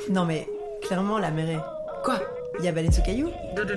Non mais, clairement, la mer est... Quoi? Il y a baleine sous caillou?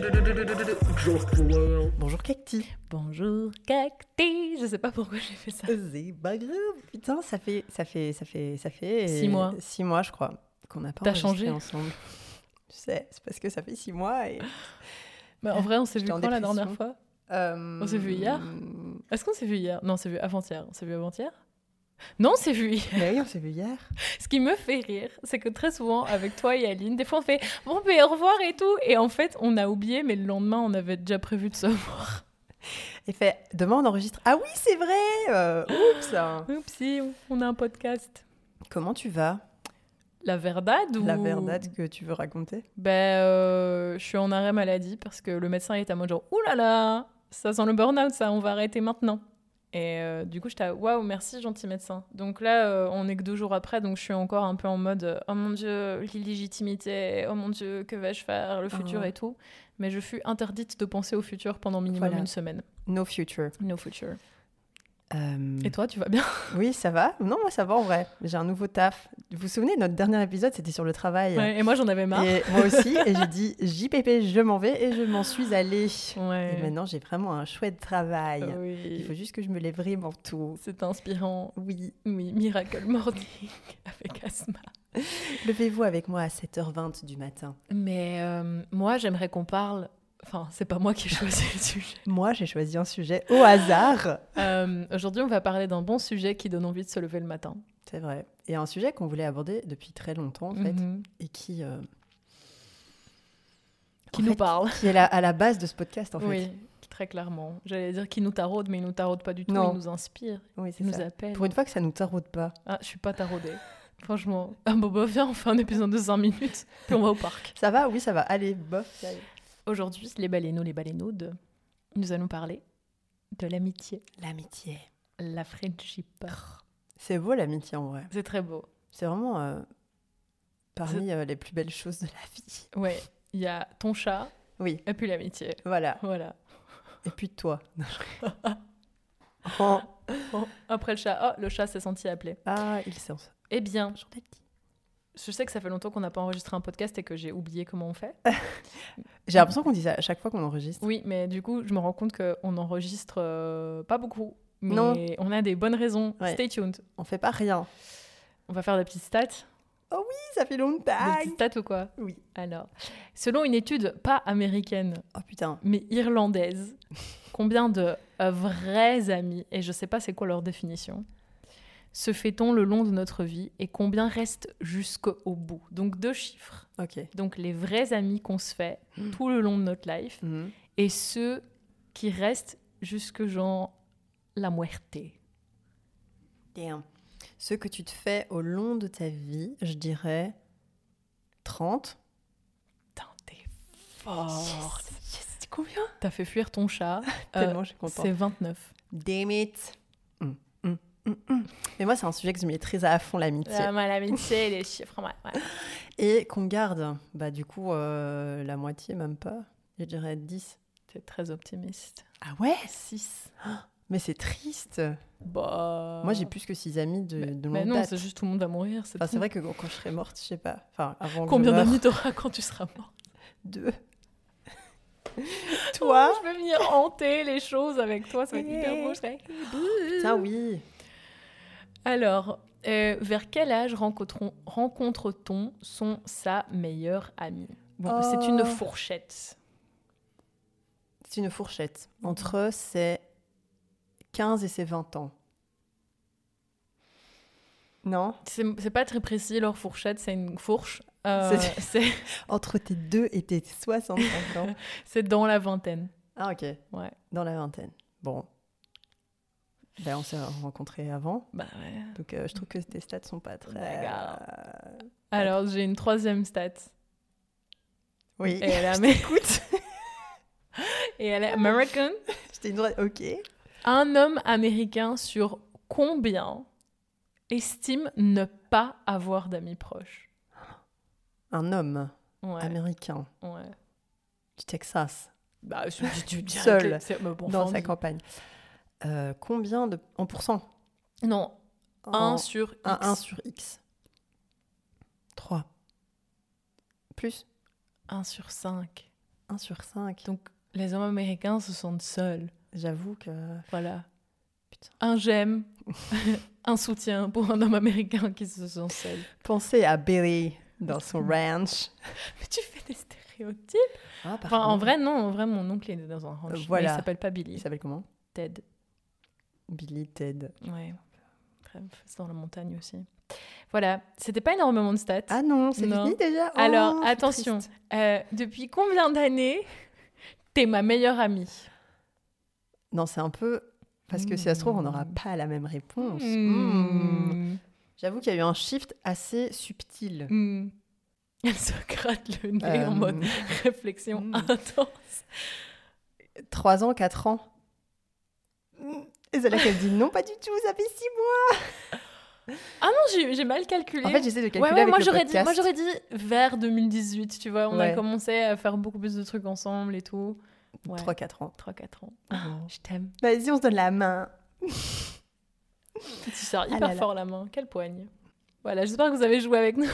Bonjour Cacti. Bonjour cacti. Je sais pas pourquoi j'ai fait ça. C'est pas grave. Putain, ça fait 6 mois. 6 mois, je crois, qu'on n'a pas T'as enregistré changé ensemble. Tu sais, c'est parce que ça fait 6 mois et... Bah, en vrai, on s'est vu J'étais en quand la dépression. dernière fois? On s'est vu hier? Est-ce qu'on s'est vu hier? Non, on s'est vu avant-hier. On s'est vu avant-hier? Non, on s'est vu hier. Mais oui, on s'est vu hier. Ce qui me fait rire, c'est que très souvent, avec toi et Aline, des fois on fait « Bon, ben au revoir et tout », et en fait, on a oublié, mais le lendemain, on avait déjà prévu de se voir. Et fait, demain on enregistre. Ah oui, c'est vrai. Oups. Oupsie, on a un podcast. Comment tu vas? La verdade ou... La verdade que tu veux raconter? Je suis en arrêt maladie parce que le médecin est à moi genre « Ouh là là, ça sent le burn-out, ça, on va arrêter maintenant ». Et du coup, j'étais « Waouh, merci, gentil médecin ». Donc là, on est que 2 jours après, donc je suis encore un peu en mode « Oh mon Dieu, l'illégitimité, oh mon Dieu, que vais-je faire, le futur et tout ». Mais je fus interdite de penser au futur pendant minimum une semaine. No future. No future. Et toi, tu vas bien? Oui, ça va. Non, moi ça va en vrai. J'ai un nouveau taf. Vous vous souvenez, notre dernier épisode, c'était sur le travail. Ouais, et moi, j'en avais marre. Et moi aussi. Et j'ai dit, JPP, je m'en vais. Et je m'en suis allée. Ouais. Et maintenant, j'ai vraiment un chouette travail. Oui. Il faut juste que je me lève vraiment tôt. C'est inspirant. Oui. Oui, Miracle Morning avec Asma. Levez-vous avec moi à 7h20 du matin. Mais moi, j'aimerais qu'on parle... Enfin, c'est pas moi qui ai choisi le sujet. Moi, j'ai choisi un sujet au hasard. Aujourd'hui, on va parler d'un bon sujet qui donne envie de se lever le matin. C'est vrai. Et un sujet qu'on voulait aborder depuis très longtemps, en fait, et qui nous parle. Qui est à la base de ce podcast, en fait. Oui, très clairement. J'allais dire qu'il nous taraude, mais il nous taraude pas du tout. Non. Il nous inspire. Oui, c'est Il ça. nous appelle. Pour une fois que ça nous taraude pas. Ah, je suis pas taraudée. Franchement. Ah bon, bah, viens, on fait un épisode de 5 minutes, puis on va au parc. Ça va? Oui, ça va. Allez, bof. Allez. Aujourd'hui, les baleineaux, les baleineaudes, nous allons parler de l'amitié. L'amitié. La friendship. C'est beau, l'amitié, en vrai. C'est très beau. C'est vraiment parmi les plus belles choses de la vie. Ouais, il y a ton chat, oui, et puis l'amitié. Voilà. Et puis toi. Oh. Après le chat s'est senti appelé. Ah, il s'est... Eh bien, J'en ai petit. Je sais que ça fait longtemps qu'on n'a pas enregistré un podcast et que j'ai oublié comment on fait. J'ai l'impression qu'on dit ça à chaque fois qu'on enregistre. Oui, mais du coup, je me rends compte qu'on enregistre pas beaucoup. Mais non. On a des bonnes raisons. Ouais. Stay tuned. On fait pas rien. On va faire des petites stats. Oh oui, ça fait longtemps. Des petites stats ou quoi? Oui. Alors, selon une étude pas américaine, oh putain, mais irlandaise, combien de vrais amis, et je sais pas c'est quoi leur définition, se fait-on le long de notre vie et combien reste jusqu'au bout? Donc 2 chiffres. ok. Donc les vrais amis qu'on se fait tout le long de notre life et ceux qui restent jusque genre la muerte. Damn. Ceux que tu te fais au long de ta vie, je dirais 30. Putain, t'es forte. Yes. Combien? T'as fait fuir ton chat. Tellement je suis contente. C'est 29. Damn it. Mais moi, c'est un sujet que je maîtrise à fond, l'amitié. Moi, l'amitié, les chiffres, ouais. Et qu'on garde, bah du coup, la moitié, même pas. Je dirais 10. T'es très optimiste. Ah ouais? 6. Mais c'est triste. Bah... Moi, j'ai plus que 6 amis de longue mais non, date. c'est juste tout le monde va mourir. Enfin, c'est vrai que quand je serai morte, je sais pas. Enfin, avant combien que je meure, d'amis t'auras quand tu seras morte? 2. Toi? Je vais venir hanter les choses avec toi, ça va être hyper beau. Putain, oui. Alors, vers quel âge rencontre-t-on sa meilleure amie? Bon, c'est une fourchette. C'est une fourchette. Entre c'est 15 et c'est 20 ans. Non? C'est pas très précis, leur fourchette, c'est une fourche. C'est entre tes 2 et tes 65 ans. C'est dans la vingtaine. Ah, ok. Ouais. Dans la vingtaine. Bon. Ben, on s'est rencontrés avant. Bah ouais. Donc, je trouve que tes stats sont pas très... Alors, j'ai une 3e stat. Oui, et elle je t'écoute. Et elle est American. J'étais une droite, ok. Un homme américain sur combien estime ne pas avoir d'amis proches? Un homme américain du Texas. Bah, seul dans sa campagne. Combien en pourcent? Non, 1 sur X. 1 sur X. 3. Plus 1 sur 5. 1 sur 5. Donc, les hommes américains se sentent seuls. J'avoue que... Voilà. Putain. Un j'aime, un soutien pour un homme américain qui se sent seul. Pensez à Billy dans son ranch. Mais tu fais des stéréotypes. Ah, Enfin, en vrai, non. En vrai, mon oncle est dans un ranch. Voilà. Mais il s'appelle pas Billy. Il s'appelle comment? Ted. Billy, Ted. Ouais. Bref, c'est dans la montagne aussi. Voilà. C'était pas énormément de stats. Ah non, c'est Non. fini déjà? Oh, Alors, je suis attention. triste. Depuis combien d'années t'es ma meilleure amie? Non, c'est un peu... Parce que si ça se trouve, on n'aura pas la même réponse. J'avoue qu'il y a eu un shift assez subtil. Elle se gratte le nez en mode réflexion intense. 3 ans, 4 ans. Et c'est là qu'elle dit non, pas du tout, ça fait 6 mois. Ah non, j'ai mal calculé. En fait, j'essaie de calculer ouais, avec moi le j'aurais podcast. moi j'aurais dit vers 2018, tu vois. On a Ouais. commencé à faire beaucoup plus de trucs ensemble et tout. Ouais. 3-4 ans. 3-4 ans. Oh. Je t'aime. Vas-y, on se donne la main. Tu sers hyper là là. fort la main. Quelle poigne. Voilà, j'espère que vous avez joué avec nous.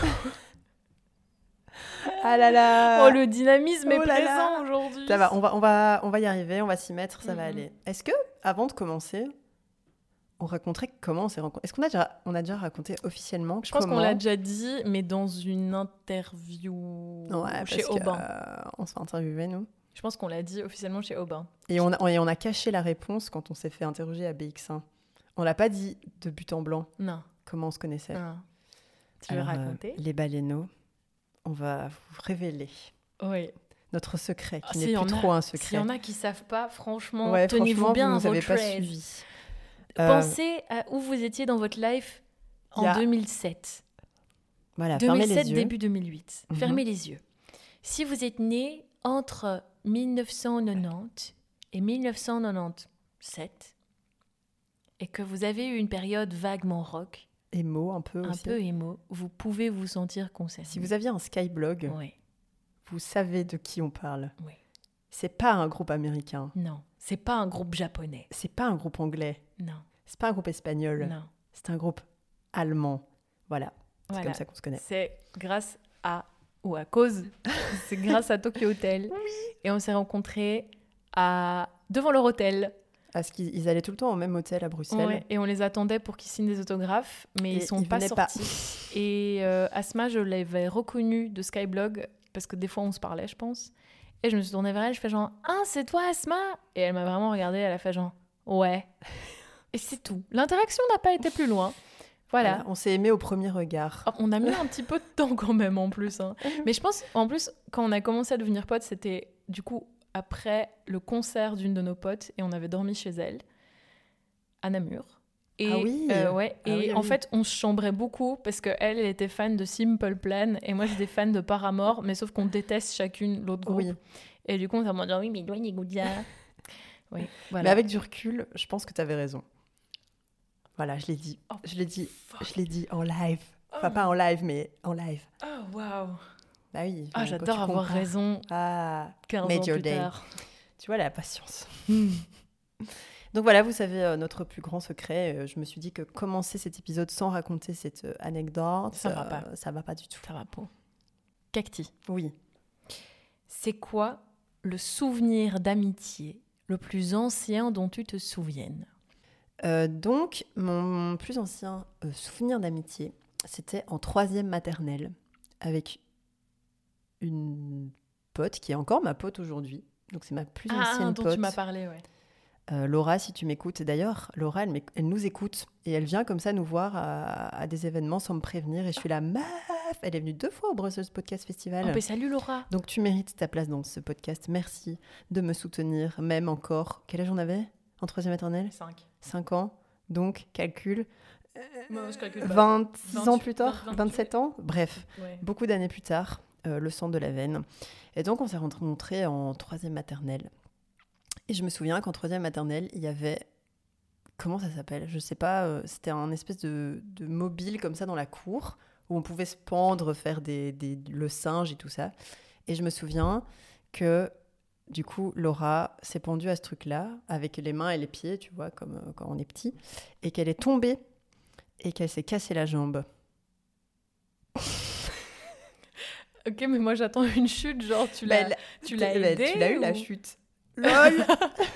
Ah là là. Oh, le dynamisme est Oh là présent là. aujourd'hui. Ça va, on va y arriver, on va s'y mettre, ça va aller. Est-ce que, avant de commencer, on raconterait comment on s'est rencontrés? Est-ce qu'on a déjà raconté officiellement Je pense comment... qu'on l'a déjà dit, mais dans une interview Ouais, chez parce que, Aubin. on s'est interviewé, nous. Je pense qu'on l'a dit officiellement chez Aubin. Et on a caché la réponse quand on s'est fait interroger à BX1. On l'a pas dit de but en blanc, Non. comment on se connaissait. non. Tu veux Alors, raconter les baleineaux, on va vous révéler Oui. notre secret, qui Ah, n'est s'il y plus en a- trop un S'il secret. y en a qui savent pas, franchement, Ouais, tenez-vous franchement, bien vous à nous vos avez pas trades. suivis. Pensez à où vous étiez dans votre life il y en a- 2007. Voilà, fermez 2007, les yeux. début 2008. Mhm. Fermez les yeux. Si vous êtes né entre 1990 et 1997 et que vous avez eu une période vaguement rock, Émo, un peu un aussi. peu émo, vous pouvez vous sentir concerné. Si vous aviez un Skyblog, Oui, vous savez de qui on parle. oui. C'est pas un groupe américain. Non, c'est pas un groupe japonais. C'est pas un groupe anglais. Non, C'est pas un groupe espagnol. non. C'est un groupe allemand. Voilà. C'est Voilà. comme ça qu'on se connaît. C'est grâce à, ou à cause, c'est grâce à Tokyo Hotel. Et on s'est rencontrés devant leur hôtel. Parce qu'ils allaient tout le temps au même hôtel à Bruxelles. Ouais, et on les attendait pour qu'ils signent des autographes, mais Et ils sont ils pas venaient pas. sortis. Et Asma, je l'avais reconnue de Skyblog, parce que des fois on se parlait, je pense. Et je me suis tournée vers elle, je fais genre « Ah, c'est toi Asma ?» Et elle m'a vraiment regardée, elle a fait genre « Ouais ». Et c'est tout. L'interaction n'a pas été plus loin. Voilà. On s'est aimés au premier regard. Oh, on a mis un petit peu de temps quand même en plus. Hein. Mais je pense, en plus, quand on a commencé à devenir potes, c'était du coup après le concert d'une de nos potes et on avait dormi chez elle à Namur. Et, Ah oui. ouais, Ah et oui, en oui. fait, on se chambrait beaucoup parce qu'elle, elle était fan de Simple Plan et moi, j'étais fan de Paramore, mais sauf qu'on déteste chacune l'autre groupe. Oui. Et du coup, on s'est dit, oui, mais il doit y goûter. Oui, Mais voilà. avec du recul, je pense que tu avais raison. Voilà, je l'ai dit. Oh, Je l'ai dit. fuck. Je l'ai dit en live. Enfin, Oh. pas en live, mais en live. Oh, waouh. Bah oui. Ah, quand j'adore tu avoir compares. raison Ah, 15 made ans your plus day. tard. tu vois la patience. Donc voilà, vous savez notre plus grand secret. Je me suis dit que commencer cet épisode sans raconter cette anecdote, Ça va pas. Ça va pas du tout. Ça va pas. Cacti. Oui. C'est quoi le souvenir d'amitié le plus ancien dont tu te souviennes? Donc, mon plus ancien souvenir d'amitié, c'était en 3e maternelle avec une pote qui est encore ma pote aujourd'hui. Donc, c'est ma plus ancienne dont pote. tu m'as parlé, ouais. Laura, si tu m'écoutes. D'ailleurs, Laura, elle nous écoute et elle vient comme ça nous voir à des événements sans me prévenir. Et je suis là, meuf, elle est venue 2 fois au Brussels Podcast Festival. Oh, mais salut Laura. Donc, tu mérites ta place dans ce podcast. Merci de me soutenir, même encore. Quel âge on avait en 3e maternelle? 5. 5 ans. Donc, calcul. Moi, je calcule pas. 26 ans plus 28, tard 28. 27 ans. Bref, Ouais. beaucoup d'années plus tard, le sang de la veine. Et donc, on s'est rencontrés en 3e maternelle. Et je me souviens qu'en 3e maternelle, il y avait... Comment ça s'appelle? Je sais pas. C'était un espèce de mobile comme ça dans la cour où on pouvait se pendre, faire le singe et tout ça. Et je me souviens que, du coup, Laura s'est pendue à ce truc-là avec les mains et les pieds, tu vois, comme quand on est petit, et qu'elle est tombée et qu'elle s'est cassé la jambe. Ok, mais moi j'attends une chute, genre tu l'as aidé Tu l'as eu, ou... la chute. LOL.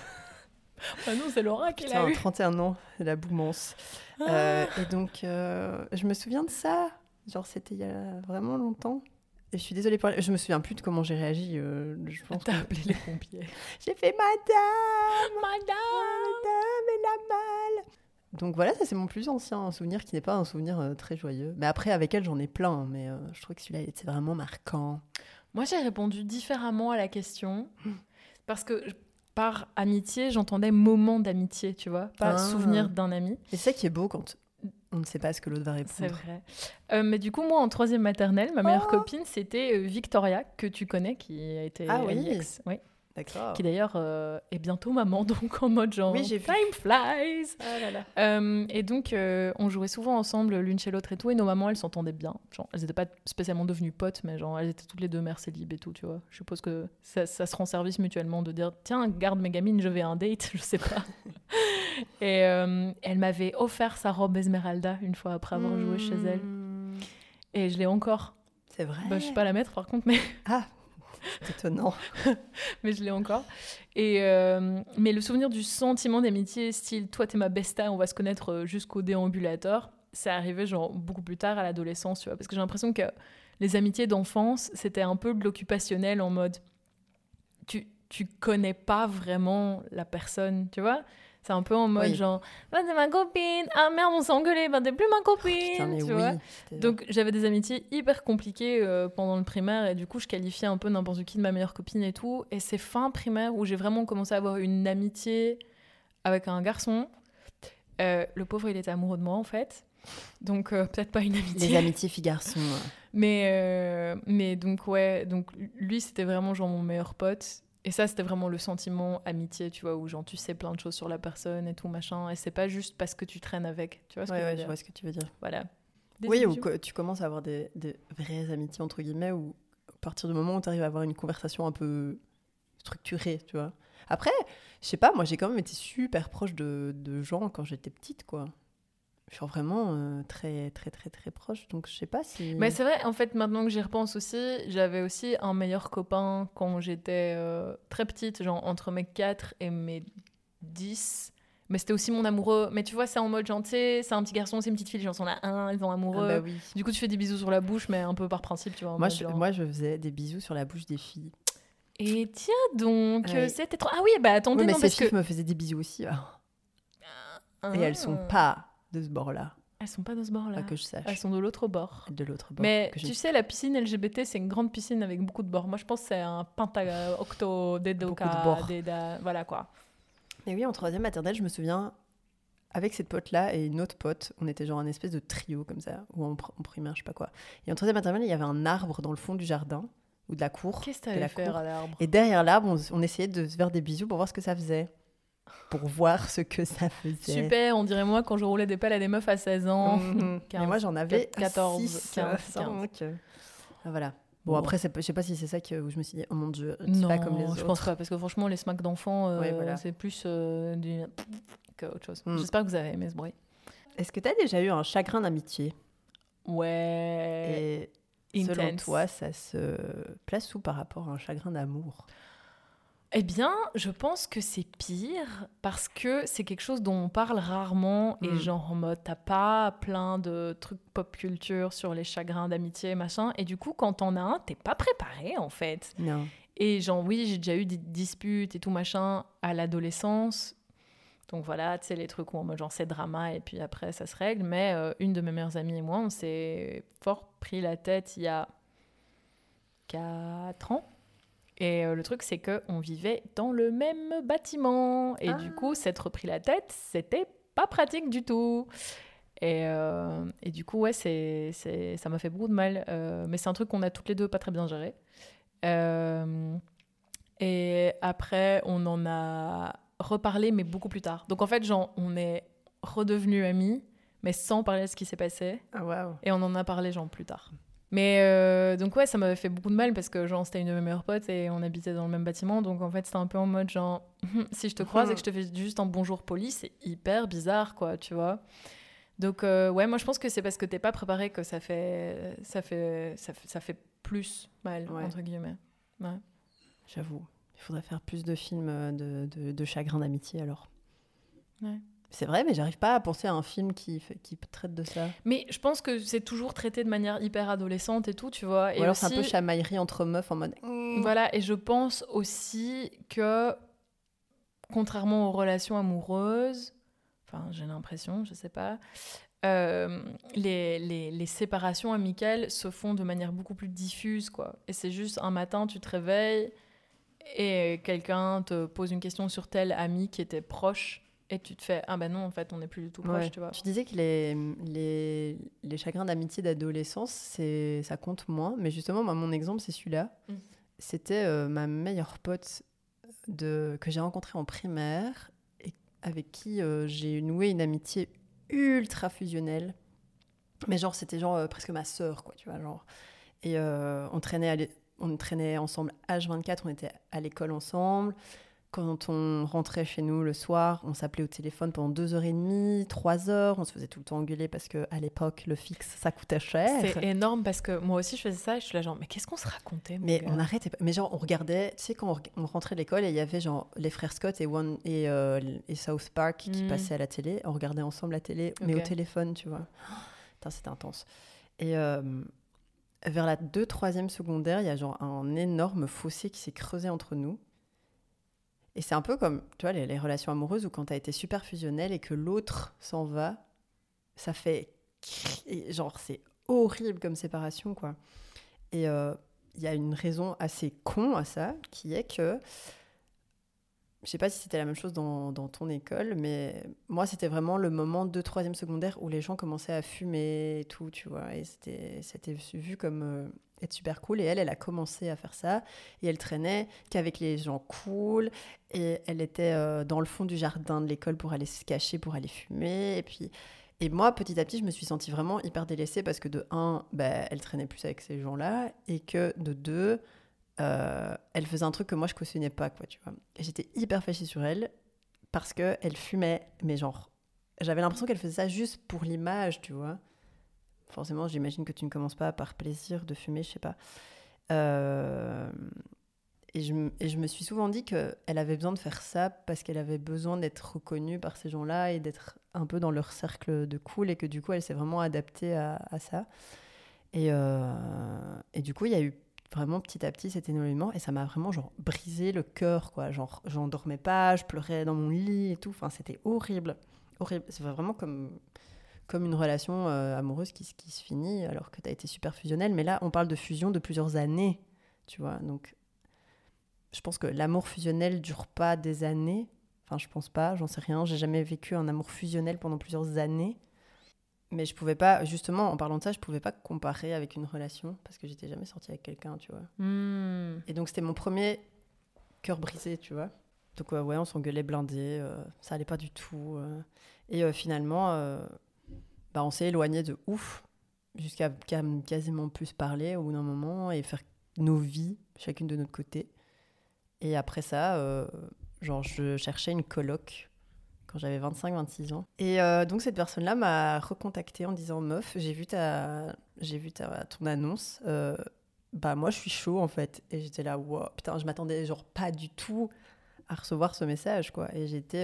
Ah non, c'est Laura qui l'a Putain, eu. 31 ans, la boumance. Et donc, je me souviens de ça. Genre, c'était il y a vraiment longtemps. Et je suis désolée pour... Je me souviens plus de comment j'ai réagi. Je pense T'as appelé les pompiers. J'ai fait Madame, elle a mal. Donc voilà, ça c'est mon plus ancien souvenir qui n'est pas un souvenir très joyeux. Mais après, avec elle, j'en ai plein. Mais je trouve que celui-là, il était vraiment marquant. Moi, j'ai répondu différemment à la question. Parce que par amitié, j'entendais moment d'amitié, tu vois. Pas souvenir d'un ami. Et c'est ça qui est beau quand on ne sait pas ce que l'autre va répondre. C'est vrai. Mais du coup, moi, en 3e maternelle, ma meilleure copine, c'était Victoria, que tu connais, qui a été à l'IEX. Oui. D'accord. Qui d'ailleurs est bientôt maman, donc en mode genre oui, j'ai time flies. Ah là là. Et donc on jouait souvent ensemble l'une chez l'autre et tout, et nos mamans elles s'entendaient bien. Genre elles n'étaient pas spécialement devenues potes, mais genre elles étaient toutes les deux mères célib et tout, tu vois. Je suppose que ça se rend service mutuellement de dire tiens garde mes gamines, je vais à un date, je sais pas. Et elle m'avait offert sa robe Esmeralda une fois après avoir joué chez elle, et je l'ai encore. C'est vrai. Bah, je sais pas la mettre par contre, mais c'est étonnant. Mais je l'ai encore. Et mais le souvenir du sentiment d'amitié, style toi t'es ma besta, on va se connaître jusqu'au déambulateur, c'est arrivé genre beaucoup plus tard à l'adolescence, tu vois, parce que j'ai l'impression que les amitiés d'enfance c'était un peu de l'occupationnel en mode tu connais pas vraiment la personne, tu vois. C'est un peu en mode genre bah, t'es ma copine, ah merde on s'est engueulé, bah t'es plus ma copine. Putain, mais tu vois. Donc j'avais des amitiés hyper compliquées pendant le primaire, et du coup je qualifiais un peu n'importe qui de ma meilleure copine et tout, et c'est fin primaire où j'ai vraiment commencé à avoir une amitié avec un garçon. Le pauvre il était amoureux de moi en fait, donc peut-être pas une amitié. Les amitiés filles-garçons. Mais donc ouais, donc lui c'était vraiment genre mon meilleur pote. Et ça, c'était vraiment le sentiment amitié, tu vois, où genre tu sais plein de choses sur la personne et tout, machin. Et c'est pas juste parce que tu traînes avec, tu vois ce que je veux dire. Je vois ce que tu veux dire. Voilà. Oui, ou tu commences à avoir des vraies amitiés, entre guillemets, où à partir du moment où tu arrives à avoir une conversation un peu structurée, tu vois. Après, je sais pas, moi j'ai quand même été super proche de gens quand j'étais petite, quoi. Je suis vraiment très, très, très, très proche, donc je sais pas si... Mais c'est vrai, en fait, maintenant que j'y repense aussi, j'avais aussi un meilleur copain quand j'étais très petite, genre entre mes 4 et mes 10. Mais c'était aussi mon amoureux. Mais tu vois, c'est en mode genre, tu sais, c'est un petit garçon, c'est une petite fille, genre, sont là, ils sont amoureux. Ah bah oui. Du coup, tu fais des bisous sur la bouche, mais un peu par principe, tu vois. Moi, je faisais des bisous sur la bouche des filles. Et tiens donc, c'était trop... Ah oui, bah attendez, mais non, ces parce filles que... me faisaient des bisous aussi. Et elles sont pas de ce bord-là. Elles sont pas de ce bord-là. Pas que je sache. Elles sont de l'autre bord. De l'autre bord. Mais tu sais, la piscine LGBT, c'est une grande piscine avec beaucoup de bords. Moi, je pense que c'est un octo, beaucoup de bords. Voilà quoi. Et oui, en 3e maternelle, je me souviens, avec cette pote-là et une autre pote, on était genre un espèce de trio comme ça, ou en primaire, je sais pas quoi. Et en 3e maternelle, il y avait un arbre dans le fond du jardin, ou de la cour. Qu'est-ce que t'allais faire à l'arbre ? Et derrière l'arbre, on essayait de se faire des bisous pour voir ce que ça faisait. Pour voir ce que ça faisait. Super, on dirait moi quand je roulais des pelles à des meufs à 16 ans. 15, et moi j'en avais 14, 6, 15. Voilà. Bon, après, je sais pas si c'est ça où je me suis dit, oh mon Dieu, non, pas comme les autres. Je pense pas, parce que franchement, les smacks d'enfants, voilà. c'est plus qu'autre chose. J'espère que vous avez aimé ce bruit. Est-ce que tu as déjà eu un chagrin d'amitié ? Ouais. Et selon toi, ça se place où par rapport à un chagrin d'amour ? Eh bien, je pense que c'est pire parce que c'est quelque chose dont on parle rarement et genre en mode t'as pas plein de trucs pop culture sur les chagrins d'amitié machin, et du coup quand t'en as un t'es pas préparé en fait. Non. Et genre oui, j'ai déjà eu des disputes et tout machin à l'adolescence, donc voilà, tu sais les trucs où en mode genre c'est drama et puis après ça se règle, mais une de mes meilleures amies et moi on s'est fort pris la tête il y a 4 ans. Et le truc, c'est qu'on vivait dans le même bâtiment. Et du coup, s'être repris la tête, c'était pas pratique du tout. Et du coup, ouais, ça m'a fait beaucoup de mal. Mais c'est un truc qu'on a toutes les deux pas très bien géré. Et après, on en a reparlé, mais beaucoup plus tard. Donc en fait, genre, on est redevenus amis, mais sans parler de ce qui s'est passé. Ah, waouh. Et on en a parlé, genre, plus tard. Mais donc ouais, ça m'avait fait beaucoup de mal parce que genre c'était une de mes meilleures potes et on habitait dans le même bâtiment, donc en fait c'était un peu en mode genre si je te croise et que je te fais juste un bonjour poli, c'est hyper bizarre quoi, tu vois. Donc, ouais, moi, je pense que c'est parce que t'es pas préparé que ça fait plus mal, entre guillemets. Ouais. J'avoue. Il faudrait faire plus de films de chagrin d'amitié, alors. Ouais. C'est vrai, mais j'arrive pas à penser à un film qui traite de ça. Mais je pense que c'est toujours traité de manière hyper adolescente et tout, tu vois. Ou alors c'est un peu chamaillerie entre meufs en mode... Voilà, et je pense aussi que, contrairement aux relations amoureuses, enfin, j'ai l'impression, je sais pas, les séparations amicales se font de manière beaucoup plus diffuse, quoi. Et c'est juste un matin, tu te réveilles et quelqu'un te pose une question sur tel ami qui était proche et tu te fais « Ah ben non, en fait, on n'est plus du tout proche, tu vois. » Tu disais que les chagrins d'amitié d'adolescence, ça compte moins. Mais justement, moi, mon exemple, c'est celui-là. C'était ma meilleure pote que j'ai rencontrée en primaire et avec qui j'ai noué une amitié ultra fusionnelle. Mais genre, c'était presque ma sœur, quoi, tu vois, genre. Et on traînait ensemble H24, on était à l'école ensemble. Quand on rentrait chez nous le soir, on s'appelait au téléphone pendant 2h30, 3 heures. On se faisait tout le temps engueuler parce qu'à l'époque, le fixe, ça coûtait cher. C'est énorme parce que moi aussi, je faisais ça et je suis là genre, mais qu'est-ce qu'on se racontait, mon Mais gars. on arrêtait pas. Mais genre, on regardait, tu sais, quand on rentrait de l'école et il y avait genre les frères Scott et South Park qui passaient à la télé. On regardait ensemble la télé, mais au téléphone, tu vois. Putain, c'était intense. Et vers la 2e, 3e secondaire, il y a genre un énorme fossé qui s'est creusé entre nous. Et c'est un peu comme, tu vois, les relations amoureuses où quand t'as été super fusionnel et que l'autre s'en va, ça fait... Et genre, c'est horrible comme séparation, quoi. Et il y a une raison assez con à ça, qui est que... Je sais pas si c'était la même chose dans ton école, mais moi, c'était vraiment le moment de 3e secondaire où les gens commençaient à fumer et tout, tu vois. Et c'était vu comme être super cool. Et elle a commencé à faire ça. Et elle traînait qu'avec les gens cool. Et elle était dans le fond du jardin de l'école pour aller se cacher, pour aller fumer. Et moi, petit à petit, je me suis sentie vraiment hyper délaissée parce que de un, bah, elle traînait plus avec ces gens-là. Et que de deux... elle faisait un truc que moi je cautionnais pas, quoi, tu vois. Et j'étais hyper fâchée sur elle parce que elle fumait, mais genre j'avais l'impression qu'elle faisait ça juste pour l'image, tu vois. Forcément, j'imagine que tu ne commences pas par plaisir de fumer, je sais pas. Et je me suis souvent dit qu'elle avait besoin de faire ça parce qu'elle avait besoin d'être reconnue par ces gens-là et d'être un peu dans leur cercle de cool, et que du coup elle s'est vraiment adaptée à ça. Et du coup il y a eu vraiment petit à petit cet éloignement, et ça m'a vraiment genre brisé le cœur, quoi. Genre j'en dormais pas, je pleurais dans mon lit et tout, enfin c'était horrible. C'est vraiment comme une relation amoureuse qui se finit alors que t'as été super fusionnel, mais là on parle de fusion de plusieurs années, tu vois. Donc je pense que l'amour fusionnel dure pas des années, enfin je pense pas, j'en sais rien, j'ai jamais vécu un amour fusionnel pendant plusieurs années. Mais je pouvais pas, justement, en parlant de ça, je pouvais pas comparer avec une relation parce que j'étais jamais sortie avec quelqu'un, tu vois. Et donc, c'était mon premier cœur brisé, tu vois. Donc, ouais, on s'engueulait blindés, ça allait pas du tout. Et finalement, bah, on s'est éloignés de ouf jusqu'à quasiment plus parler au bout d'un moment et faire nos vies, chacune de notre côté. Et après ça, genre, je cherchais une coloc quand j'avais 25-26 ans. Et donc cette personne-là m'a recontactée en disant « Meuf, j'ai vu ton annonce, bah moi je suis chaud en fait ». Et j'étais là « Wow, putain, je m'attendais genre pas du tout à recevoir ce message, quoi ». Et j'étais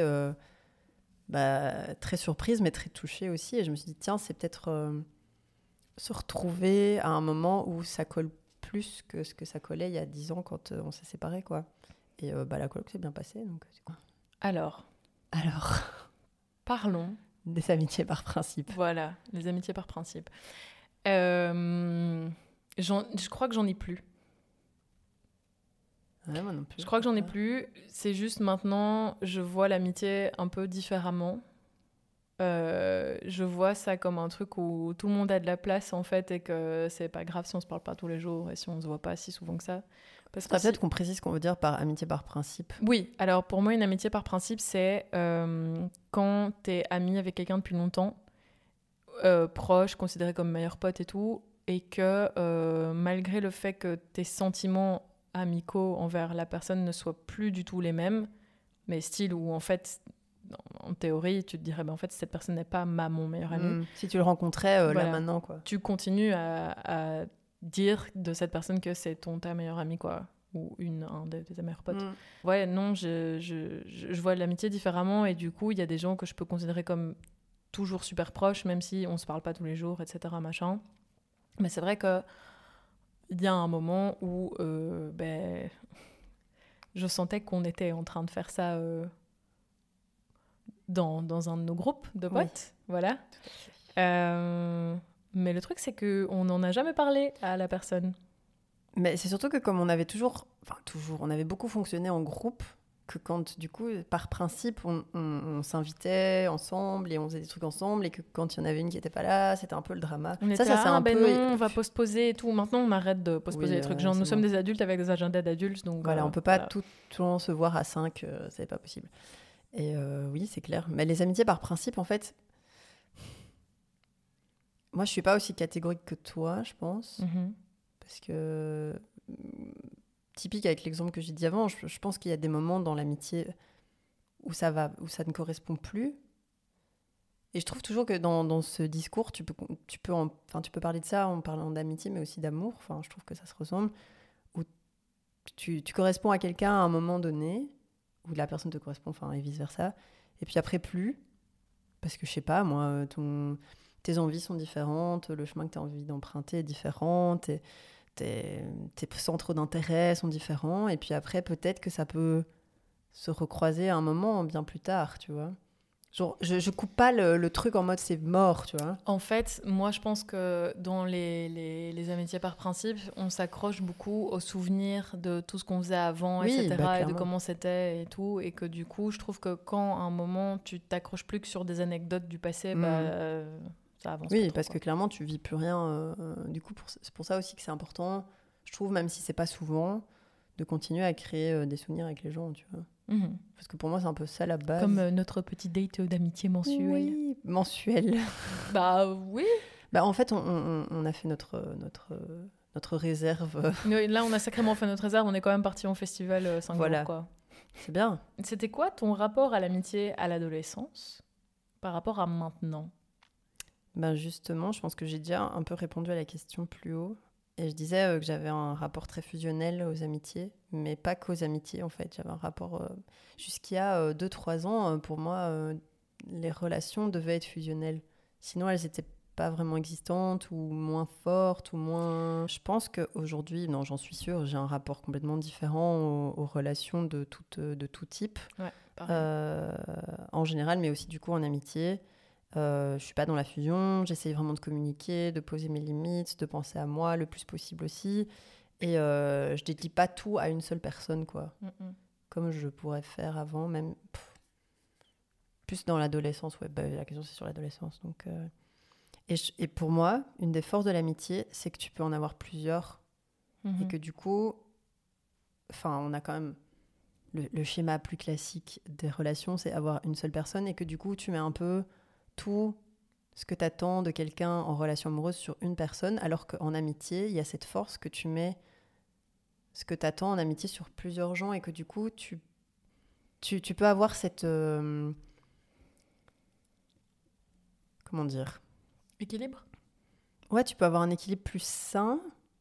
très surprise mais très touchée aussi. Et je me suis dit « Tiens, c'est peut-être se retrouver à un moment où ça colle plus que ce que ça collait il y a 10 ans quand on s'est séparés, quoi ». Et la coloc s'est bien passée, donc c'est quoi. Alors, parlons des amitiés par principe. Voilà, les amitiés par principe. Je crois que j'en ai plus. Ouais, moi non plus. Je crois que j'en ai plus. C'est juste maintenant, je vois l'amitié un peu différemment. Je vois ça comme un truc où tout le monde a de la place, en fait, et que c'est pas grave si on se parle pas tous les jours et si on se voit pas si souvent que ça. Parce que peut-être qu'on précise ce qu'on veut dire par amitié par principe. Oui, alors pour moi, une amitié par principe, c'est quand t'es ami avec quelqu'un depuis longtemps, proche, considéré comme meilleur pote et tout, et que malgré le fait que tes sentiments amicaux envers la personne ne soient plus du tout les mêmes, mais style où en fait en théorie, tu te dirais, en fait, cette personne n'est pas mon meilleur ami. Si tu le rencontrais là Voilà. maintenant, quoi. Tu continues à dire de cette personne que c'est ta meilleure amie, quoi. Ou un de tes meilleurs potes. Ouais, non, je vois l'amitié différemment. Et du coup, il y a des gens que je peux considérer comme toujours super proches, même si on se parle pas tous les jours, etc. Machin. Mais c'est vrai que il y a un moment où je sentais qu'on était en train de faire ça dans un de nos groupes de potes. Voilà. Mais le truc, c'est qu'on n'en a jamais parlé à la personne. Mais c'est surtout que comme on avait on avait beaucoup fonctionné en groupe, que quand, du coup, par principe, on s'invitait ensemble et on faisait des trucs ensemble, et que quand il y en avait une qui n'était pas là, c'était un peu le drama. On était ça c'est un peu... non, on va postposer et tout. Maintenant, on arrête de postposer les trucs. Genre, nous sommes des adultes avec des agendas d'adultes, donc... Voilà, on peut pas tout le temps se voir à 5, c'est pas possible. Et oui, c'est clair. Mais les amitiés, par principe, en fait... Moi, je suis pas aussi catégorique que toi, je pense. Parce que... Typique avec l'exemple que j'ai dit avant, je pense qu'il y a des moments dans l'amitié où ça ne correspond plus. Et je trouve toujours que dans ce discours, tu peux parler de ça en parlant d'amitié, mais aussi d'amour. Enfin, je trouve que ça se ressemble. Où tu corresponds à quelqu'un à un moment donné, où la personne te correspond, et vice-versa. Et puis après, plus. Parce que, je sais pas, moi, tes envies sont différentes, le chemin que tu as envie d'emprunter est différent, tes centres d'intérêt sont différents, et puis après, peut-être que ça peut se recroiser à un moment bien plus tard, tu vois. Genre, je coupe pas le truc en mode c'est mort, tu vois. En fait, moi, je pense que dans les amitiés par principe, on s'accroche beaucoup aux souvenirs de tout ce qu'on faisait avant, etc., et de comment c'était et tout, et que du coup, je trouve que quand à un moment, tu t'accroches plus que sur des anecdotes du passé, ça avance pas trop, parce que clairement, tu vis plus rien. Du coup, c'est pour ça aussi que c'est important, je trouve, même si c'est pas souvent, de continuer à créer des souvenirs avec les gens, tu vois. Parce que pour moi, c'est un peu ça la base. Comme notre petit date d'amitié mensuel. Oui, mensuel. Bah oui. En fait, on a fait notre réserve. Là, on a sacrément fait notre réserve. On est quand même parti en festival 5 jours, quoi. C'est bien. C'était quoi ton rapport à l'amitié à l'adolescence par rapport à maintenant ? Justement, je pense que j'ai déjà un peu répondu à la question plus haut. Et je disais que j'avais un rapport très fusionnel aux amitiés, mais pas qu'aux amitiés, en fait. J'avais un rapport... jusqu'il y a 2-3 ans, pour moi, les relations devaient être fusionnelles. Sinon, elles n'étaient pas vraiment existantes, ou moins fortes, ou moins... Je pense qu'aujourd'hui, non, j'en suis sûre, j'ai un rapport complètement différent aux relations de tout type. Ouais, pareil. En général, mais aussi du coup en amitié. Je suis pas dans la fusion, j'essaye vraiment de communiquer, de poser mes limites, de penser à moi le plus possible aussi. Et je dédie pas tout à une seule personne, quoi. Comme je pourrais faire avant, même plus dans l'adolescence. Ouais, la question c'est sur l'adolescence. Donc, et pour moi, une des forces de l'amitié, c'est que tu peux en avoir plusieurs. Et que du coup, on a quand même le schéma plus classique des relations, c'est avoir une seule personne, et que du coup, tu mets un peu tout ce que tu attends de quelqu'un en relation amoureuse sur une personne, alors qu'en amitié, il y a cette force que tu mets ce que tu attends en amitié sur plusieurs gens, et que du coup, tu peux avoir cette... comment dire ? Équilibre ? Ouais, tu peux avoir un équilibre plus sain,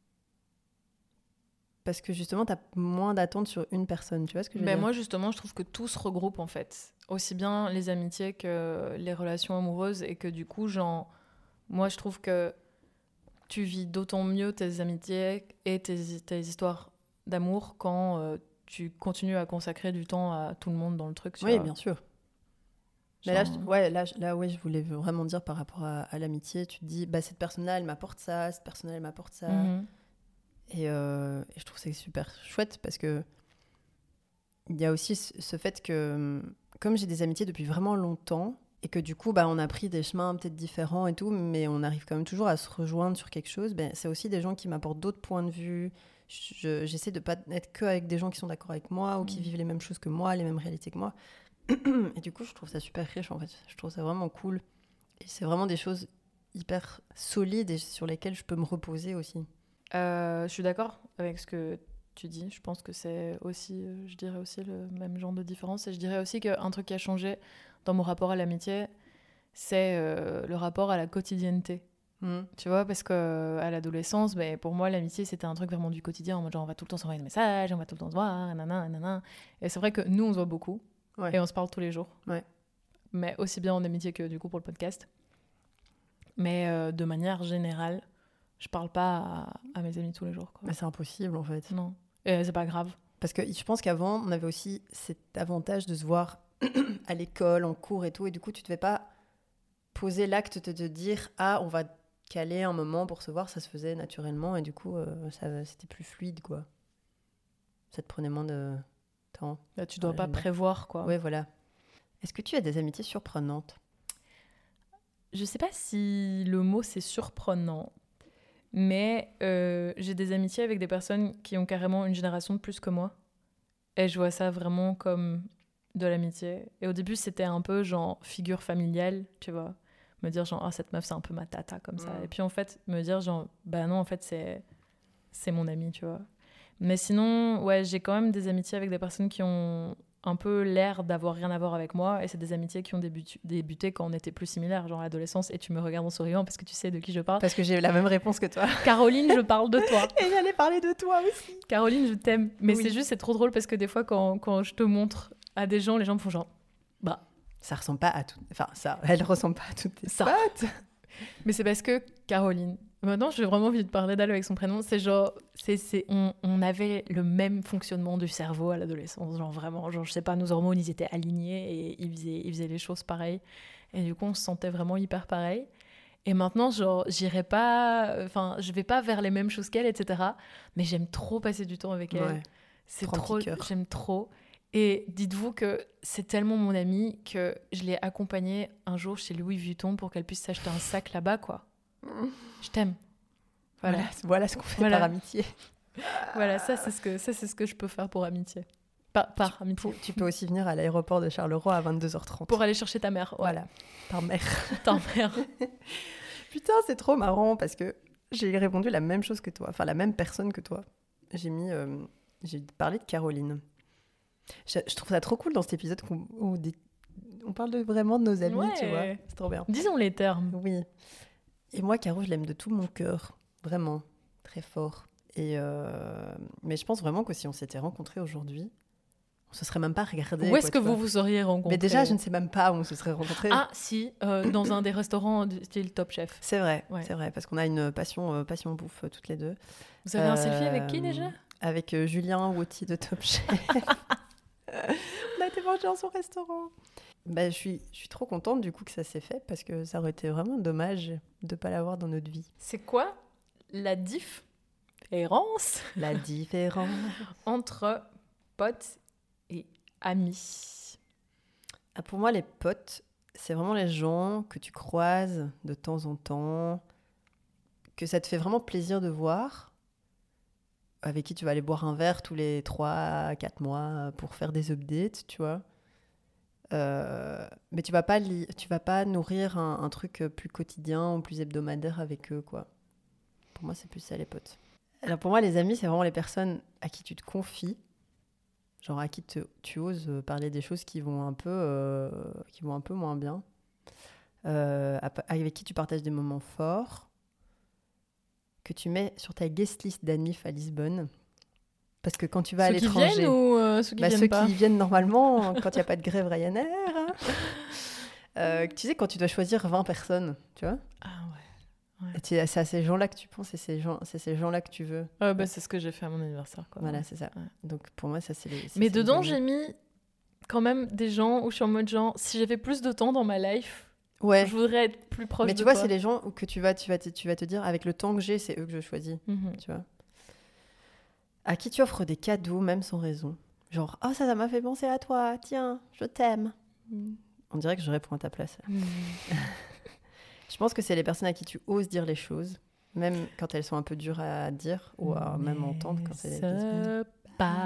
parce que justement, tu as moins d'attentes sur une personne. Tu vois ce que je veux dire ? Moi, justement, je trouve que tout se regroupe, en fait. Aussi bien les amitiés que les relations amoureuses. Et que du coup, moi, je trouve que tu vis d'autant mieux tes amitiés et tes histoires d'amour quand tu continues à consacrer du temps à tout le monde dans le truc. Oui, bien sûr. Mais là, je voulais vraiment dire par rapport à l'amitié, tu te dis, cette personne-là, elle m'apporte ça, cette personne-là, elle m'apporte ça. Et je trouve que c'est super chouette, parce que il y a aussi ce fait que, comme j'ai des amitiés depuis vraiment longtemps, et que du coup, on a pris des chemins peut-être différents et tout, mais on arrive quand même toujours à se rejoindre sur quelque chose, c'est aussi des gens qui m'apportent d'autres points de vue. J'essaie de pas être que avec des gens qui sont d'accord avec moi, ou qui vivent les mêmes choses que moi, les mêmes réalités que moi. Et du coup, je trouve ça super riche, en fait. Je trouve ça vraiment cool. Et c'est vraiment des choses hyper solides et sur lesquelles je peux me reposer aussi. Je suis d'accord avec ce que tu dis. Je pense que c'est aussi, je dirais aussi le même genre de différence. Et je dirais aussi qu'un truc qui a changé dans mon rapport à l'amitié, c'est le rapport à la quotidienneté. Tu vois, parce qu'à l'adolescence, pour moi, l'amitié, c'était un truc vraiment du quotidien. En mode, genre, on va tout le temps s'envoyer des messages, on va tout le temps se voir, nanana, nanana. Et c'est vrai que nous, on se voit beaucoup. Ouais. Et on se parle tous les jours. Ouais. Mais aussi bien en amitié que du coup pour le podcast. Mais de manière générale, je parle pas à mes amis tous les jours, quoi. Mais c'est impossible, en fait. Non. Et c'est pas grave. Parce que je pense qu'avant, on avait aussi cet avantage de se voir à l'école, en cours et tout. Et du coup, tu ne devais pas poser l'acte de te dire « Ah, on va caler un moment pour se voir ». Ça se faisait naturellement. Et du coup, c'était plus fluide, quoi. Ça te prenait moins de temps. Là, tu dois pas prévoir, quoi. Ouais, voilà. Est-ce que tu as des amitiés surprenantes ? Je sais pas si le mot c'est surprenant, mais j'ai des amitiés avec des personnes qui ont carrément une génération de plus que moi. Et je vois ça vraiment comme de l'amitié. Et au début, c'était un peu genre figure familiale, tu vois. Me dire genre, ah, cette meuf, c'est un peu ma tata, comme ça. Et puis en fait, me dire genre, bah non, en fait, c'est mon amie, tu vois. Mais sinon, ouais, j'ai quand même des amitiés avec des personnes qui ont un peu l'air d'avoir rien à voir avec moi, et c'est des amitiés qui ont débuté quand on était plus similaires, genre à l'adolescence, et tu me regardes en souriant parce que tu sais de qui je parle. Parce que j'ai la même réponse que toi. Caroline, je parle de toi. Et j'allais parler de toi aussi. Caroline, je t'aime. Mais Oui. c'est trop drôle parce que des fois, quand je te montre à des gens, les gens me font genre, bah... Ça ressemble pas à tout. Enfin, ça, elle ressemble pas à toutes tes potes. Mais c'est parce que Caroline... Maintenant, j'ai vraiment envie de parler d'elle avec son prénom. C'est genre, on avait le même fonctionnement du cerveau à l'adolescence. Genre vraiment, genre, je sais pas, nos hormones, ils étaient alignés et ils faisaient les choses pareilles. Et du coup, on se sentait vraiment hyper pareil. Et maintenant, genre, je vais pas vers les mêmes choses qu'elle, etc. Mais j'aime trop passer du temps avec elle. Ouais. C'est trop, j'aime trop. Et dites-vous que c'est tellement mon amie que je l'ai accompagnée un jour chez Louis Vuitton pour qu'elle puisse s'acheter un sac là-bas, quoi. Je t'aime. Voilà ce qu'on fait par amitié. Voilà, ça c'est ce que je peux faire pour amitié. Par amitié. Tu peux aussi venir à l'aéroport de Charleroi à 22h30. Pour aller chercher ta mère. Ouais. Voilà, par mère. Ta mère. Putain, c'est trop marrant parce que j'ai répondu la même chose que toi, enfin la même personne que toi. J'ai parlé de Caroline. Je trouve ça trop cool dans cet épisode on parle vraiment de nos amis, ouais. tu vois. C'est trop bien. Disons les termes. Oui. Et moi, Caro, je l'aime de tout mon cœur. Vraiment. Très fort. Mais je pense vraiment que si on s'était rencontrés aujourd'hui, on se serait même pas regardés. Où est-ce que vous seriez rencontrés ? Mais déjà, je ne sais même pas où on se serait rencontrés. Ah, si, dans un des restaurants du style Top Chef. C'est vrai, parce qu'on a une passion bouffe toutes les deux. Vous avez un selfie avec qui déjà ? Avec Julien Wauty de Top Chef. On a été manger dans son restaurant. Bah, je suis trop contente du coup que ça s'est fait parce que ça aurait été vraiment dommage de ne pas l'avoir dans notre vie. C'est quoi la différence entre potes et amis ? Pour moi, les potes, c'est vraiment les gens que tu croises de temps en temps, que ça te fait vraiment plaisir de voir, avec qui tu vas aller boire un verre tous les 3-4 mois pour faire des updates, tu vois. Mais tu vas pas nourrir un truc plus quotidien ou plus hebdomadaire avec eux, quoi. Pour moi, c'est plus ça, les potes. Alors pour moi, les amis, c'est vraiment les personnes à qui tu te confies, genre à qui tu oses parler des choses qui vont un peu moins bien, avec qui tu partages des moments forts, que tu mets sur ta guest list d'anif à Lisbonne. Parce que quand tu vas à l'étranger... Ceux qui viennent ou ceux qui viennent pas ? Ceux qui viennent normalement quand il n'y a pas de grève Ryanair. Tu sais, quand tu dois choisir 20 personnes, tu vois ? Ah ouais. C'est à ces gens-là que tu penses et c'est ces gens-là que tu veux. C'est ce que j'ai fait à mon anniversaire, quoi. Voilà, c'est ça. Ouais. Donc pour moi, ça, c'est les... Mais dedans, j'ai mis quand même des gens où je suis en mode genre, si j'avais plus de temps dans ma life... Ouais. Je voudrais être plus proche de toi. Mais tu vois, c'est les gens que tu vas te dire, avec le temps que j'ai, c'est eux que je choisis. Tu vois. À qui tu offres des cadeaux, même sans raison. Genre, oh, ça m'a fait penser à toi, tiens, je t'aime. On dirait que je réponds à ta place. Je pense que c'est les personnes à qui tu oses dire les choses, même quand elles sont un peu dures à dire, ou à même entendre quand elles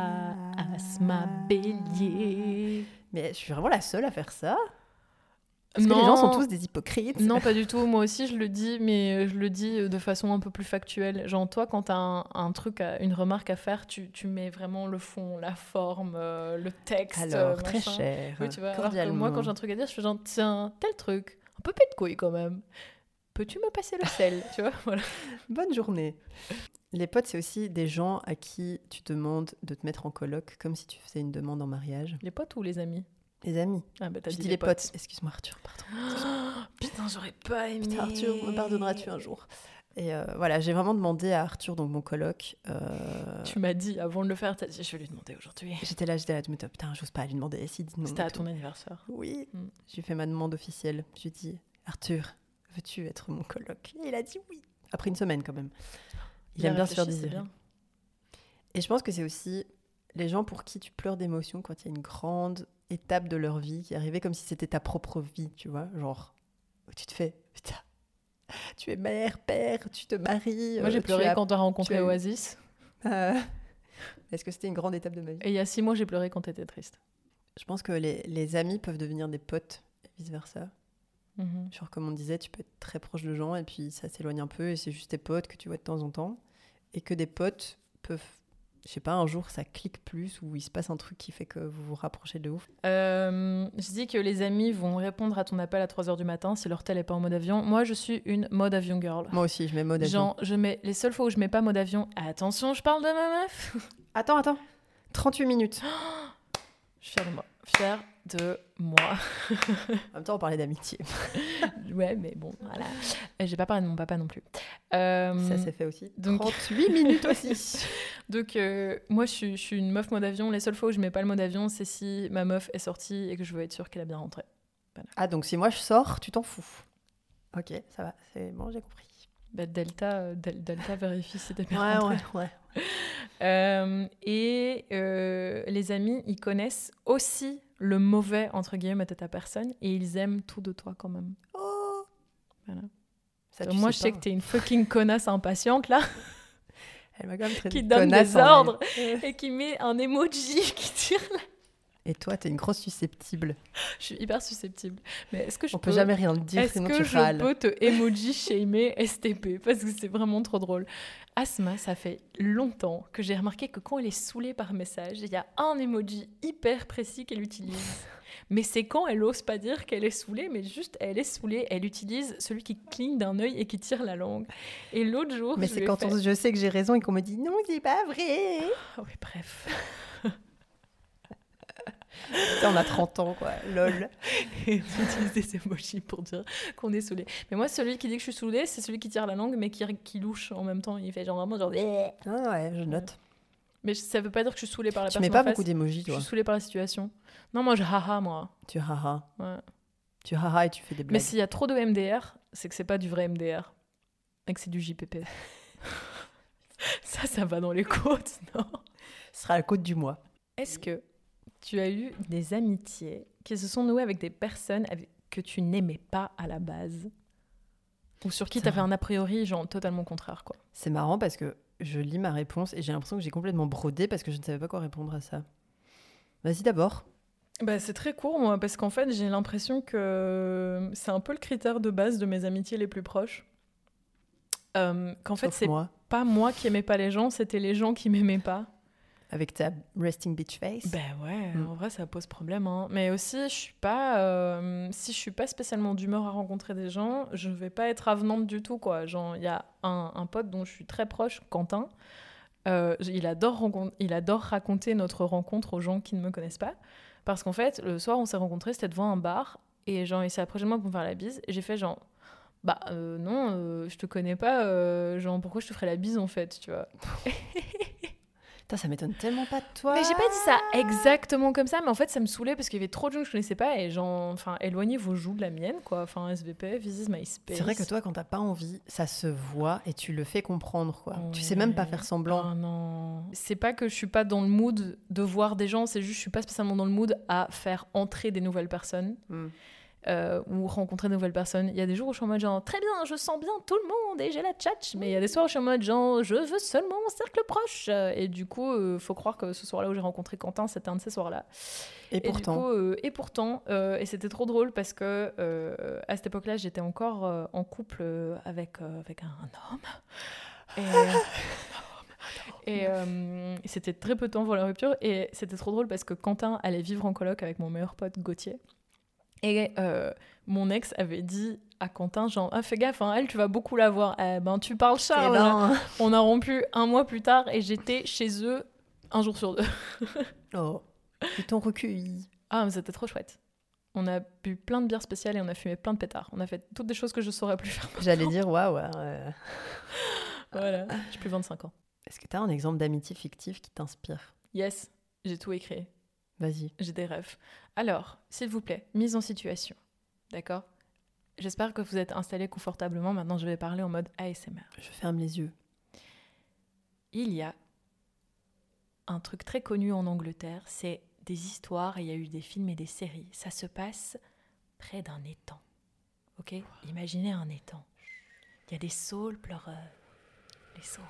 passe ma bélier. Mais je suis vraiment la seule à faire ça. Parce que les gens sont tous des hypocrites. Non, pas du tout. Moi aussi, je le dis, mais je le dis de façon un peu plus factuelle. Genre, toi, quand t'as un truc, une remarque à faire, tu mets vraiment le fond, la forme, le texte. Alors, machin. très cher. Oui, tu vois. Alors que Cordialement. moi, quand j'ai un truc à dire, je fais genre, tiens, tel truc, un peu pète couille quand même. Peux-tu me passer le sel, tu vois, voilà. Bonne journée. Les potes, c'est aussi des gens à qui tu demandes de te mettre en coloc, comme si tu faisais une demande en mariage. Les potes ou les amis? Les amis. Ah bah t'as Je dit dis les potes. Excuse-moi, Arthur, pardon. Putain, j'aurais pas aimé. Putain, Arthur, me pardonneras-tu un jour? Et voilà, j'ai vraiment demandé à Arthur, donc mon coloc. Tu m'as dit avant de le faire, t'as dit je vais lui demander aujourd'hui. J'étais là, je me disais, putain, j'ose pas lui demander. Si, dis non. C'était à ton anniversaire. Oui. J'ai fait ma demande officielle. Je lui ai dit, Arthur, veux-tu être mon coloc? Et il a dit oui. Après une semaine, quand même. Il aime bien se faire désirer. Et je pense que c'est aussi les gens pour qui tu pleures d'émotion quand il y a une grande étape de leur vie qui est arrivée comme si c'était ta propre vie, tu vois. Genre, où tu te fais, putain, tu es mère, père, tu te maries. Moi, j'ai pleuré quand t'as rencontré Oasis. Est-ce que c'était une grande étape de ma vie? Et il y a 6 mois, j'ai pleuré quand t'étais triste. Je pense que les amis peuvent devenir des potes et vice-versa. Mm-hmm. Genre, comme on disait, tu peux être très proche de gens et puis ça s'éloigne un peu et c'est juste tes potes que tu vois de temps en temps. Et que des potes peuvent, je sais pas, un jour ça clique plus ou il se passe un truc qui fait que vous vous rapprochez de ouf. Je dis que les amis vont répondre à ton appel à 3h du matin si leur tel est pas en mode avion. Moi, je suis une mode avion girl. Moi aussi, je mets mode avion. Genre, les seules fois où je mets pas mode avion, attention, je parle de ma meuf. Attends. 38 minutes. Je suis fière de moi. Fière de moi. En même temps, on parlait d'amitié. Ouais, mais bon, voilà. J'ai pas parlé de mon papa non plus. Ça s'est fait aussi. Donc... 38 minutes aussi. Donc, moi, je suis une meuf mode avion. Les seules fois où je mets pas le mode avion, c'est si ma meuf est sortie et que je veux être sûre qu'elle a bien rentré. Voilà. Ah, donc si moi je sors, tu t'en fous. Ok, ça va. C'est bon, j'ai compris. Bah, Delta vérifie si t'es bien rentré. Ouais. Et les amis, ils connaissent aussi le mauvais, entre guillemets, de ta personne et ils aiment tout de toi quand même. Oh. Voilà. Ça, moi, je sais que t'es une fucking connasse impatiente, là. Elle m'a quand même traité qui de donne connasse des ordres et qui met un emoji qui tire là. Et toi, t'es une grosse susceptible. Je suis hyper susceptible. Mais est-ce que On peut jamais rien te dire, sinon tu râles. Est-ce que je peux te emoji shamer STP? Parce que c'est vraiment trop drôle. Asma, ça fait longtemps que j'ai remarqué que quand elle est saoulée par message, il y a un emoji hyper précis qu'elle utilise. Mais c'est quand elle ose pas dire qu'elle est saoulée, mais juste elle est saoulée, elle utilise celui qui cligne d'un œil et qui tire la langue. Et l'autre jour, mais c'est quand je sais que j'ai raison et qu'on me dit non, c'est pas vrai. Ah oui, bref. Putain, on a 30 ans, quoi. Lol. Et j'utilise des emojis pour dire qu'on est saoulé. Mais moi, celui qui dit que je suis saoulée, c'est celui qui tire la langue, mais qui louche en même temps. Il fait genre vraiment genre... Ah ouais, je note. Mais ça veut pas dire que je suis saoulée par la personne. Tu mets pas beaucoup d'émojis, toi? Je suis saoulée par la situation. Non, moi, je haha, moi. Tu haha. Ouais. Tu haha et tu fais des blagues. Mais s'il y a trop de MDR, c'est que c'est pas du vrai MDR. Et que c'est du JPP. Ça va dans les côtes, non? Ce sera la côte du mois. Est-ce que tu as eu des amitiés qui se sont nouées avec des personnes que tu n'aimais pas à la base? Ou sur qui tu avais un a priori genre totalement contraire, quoi? C'est marrant parce que je lis ma réponse et j'ai l'impression que j'ai complètement brodé parce que je ne savais pas quoi répondre à ça. Vas-y d'abord. Bah, c'est très court, moi, parce qu'en fait, j'ai l'impression que c'est un peu le critère de base de mes amitiés les plus proches. Qu'en fait, c'est pas moi qui aimais pas les gens, c'était les gens qui m'aimaient pas. Avec ta resting bitch face. Ben ouais, en vrai, ça pose problème. Hein. Mais aussi, je suis pas, si je suis pas spécialement d'humeur à rencontrer des gens, je vais pas être avenante du tout, quoi. Genre, il y a un pote dont je suis très proche, Quentin. Il adore raconter notre rencontre aux gens qui ne me connaissent pas. Parce qu'en fait, le soir, on s'est rencontrés, c'était devant un bar. Et genre, il s'est approché de moi pour me faire la bise. Et j'ai fait genre, non, je te connais pas. Genre, pourquoi je te ferais la bise, en fait, tu vois? Putain, ça m'étonne tellement pas de toi. Mais j'ai pas dit ça exactement comme ça, mais en fait, ça me saoulait parce qu'il y avait trop de gens que je connaissais pas. Et genre, enfin, éloignez vos joues de la mienne, quoi. Enfin, SVP, this is my space. C'est vrai que toi, quand t'as pas envie, ça se voit et tu le fais comprendre, quoi. Ouais. Tu sais même pas faire semblant. Oh non. C'est pas que je suis pas dans le mood de voir des gens, c'est juste que je suis pas spécialement dans le mood à faire entrer des nouvelles personnes. ou rencontrer de nouvelles personnes. Il y a des jours où je suis en mode genre très bien, je sens bien tout le monde et j'ai la tchatch, mais il y a des soirs où je suis en mode genre je veux seulement mon cercle proche. Et du coup, faut croire que ce soir-là où j'ai rencontré Quentin, c'était un de ces soirs-là. Et pourtant. Et pourtant, et c'était trop drôle parce que à cette époque-là, j'étais encore en couple avec un homme. Et c'était très peu de temps pour la rupture. Et c'était trop drôle parce que Quentin allait vivre en coloc avec mon meilleur pote Gauthier. Et mon ex avait dit à Quentin, genre, ah, fais gaffe, hein, elle, tu vas beaucoup la voir. Eh ben, tu parles Charles. Eh ben... On a rompu 1 mois plus tard et j'étais chez eux 1 jour sur 2. Oh, ils t'ont recueilli. Ah, mais c'était trop chouette. On a bu plein de bières spéciales et on a fumé plein de pétards. On a fait toutes des choses que je saurais plus faire. J'allais dire, waouh. Voilà, j'ai plus 25 ans. Est-ce que tu as un exemple d'amitié fictive qui t'inspire? Yes, j'ai tout écrit. Vas-y. J'ai des rêves. Alors, s'il vous plaît, mise en situation. D'accord? J'espère que vous êtes installés confortablement. Maintenant, je vais parler en mode ASMR. Je ferme les yeux. Il y a un truc très connu en Angleterre, c'est des histoires, et il y a eu des films et des séries. Ça se passe près d'un étang. Ok? Imaginez un étang. Il y a des saules pleureurs. Les saules.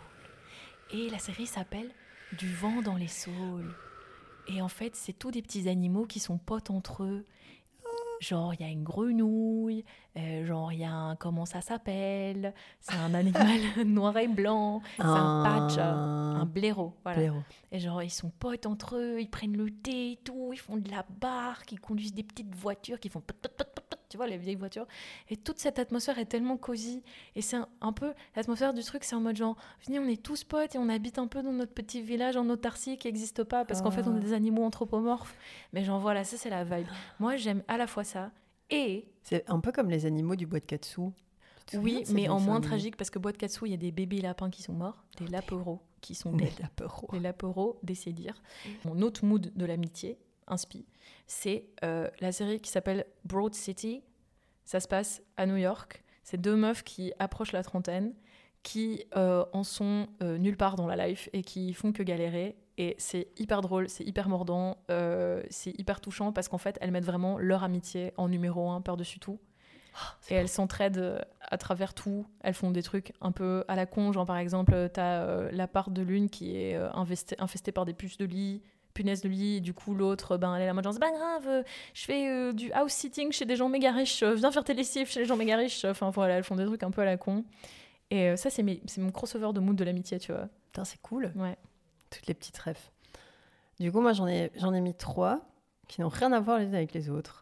Et la série s'appelle Du vent dans les saules. Et en fait, c'est tous des petits animaux qui sont potes entre eux. Genre, il y a une grenouille, genre, il y a un... Comment ça s'appelle? C'est un animal noir et blanc, c'est un patch, un blaireau. Voilà. Blaireau. Et genre, ils sont potes entre eux, ils prennent le thé et tout, ils font de la barque, ils conduisent des petites voitures qui font... Tu vois, les vieilles voitures. Et toute cette atmosphère est tellement cosy. Et c'est un peu... L'atmosphère du truc, c'est en mode genre... Venez, on est tous potes et on habite un peu dans notre petit village en autarcie qui n'existe pas parce qu'en fait, on est des animaux anthropomorphes. Mais genre, voilà, ça, c'est la vibe. Moi, j'aime à la fois ça et... C'est un peu comme les animaux du bois de Katsu. Oui, mais en moins tragique parce que bois de Katsu, il y a des bébés lapins qui sont morts, des lapereaux qui sont dead. Les lapereaux décédèrent. Mon autre mood de l'amitié, inspi, c'est la série qui s'appelle Broad City. Ça se passe à New York. C'est 2 meufs qui approchent la trentaine, qui en sont nulle part dans la life et qui font que galérer. Et c'est hyper drôle, c'est hyper mordant, c'est hyper touchant parce qu'en fait, elles mettent vraiment leur amitié en numéro 1 par-dessus tout. Et elles s'entraident à travers tout. Elles font des trucs un peu à la con, genre par exemple, t'as l'appart de l'une qui est infesté par des punaises de lit, et du coup l'autre, ben, elle est là en mode genre, c'est pas grave, je fais du house sitting chez des gens méga riches, viens faire tes lessives chez les gens méga riches. Enfin voilà, elles font des trucs un peu à la con. Et ça, c'est mon crossover de mood de l'amitié, tu vois. Putain, c'est cool. Ouais. Toutes les petites refs. Du coup, moi, j'en ai mis 3 qui n'ont rien à voir les unes avec les autres.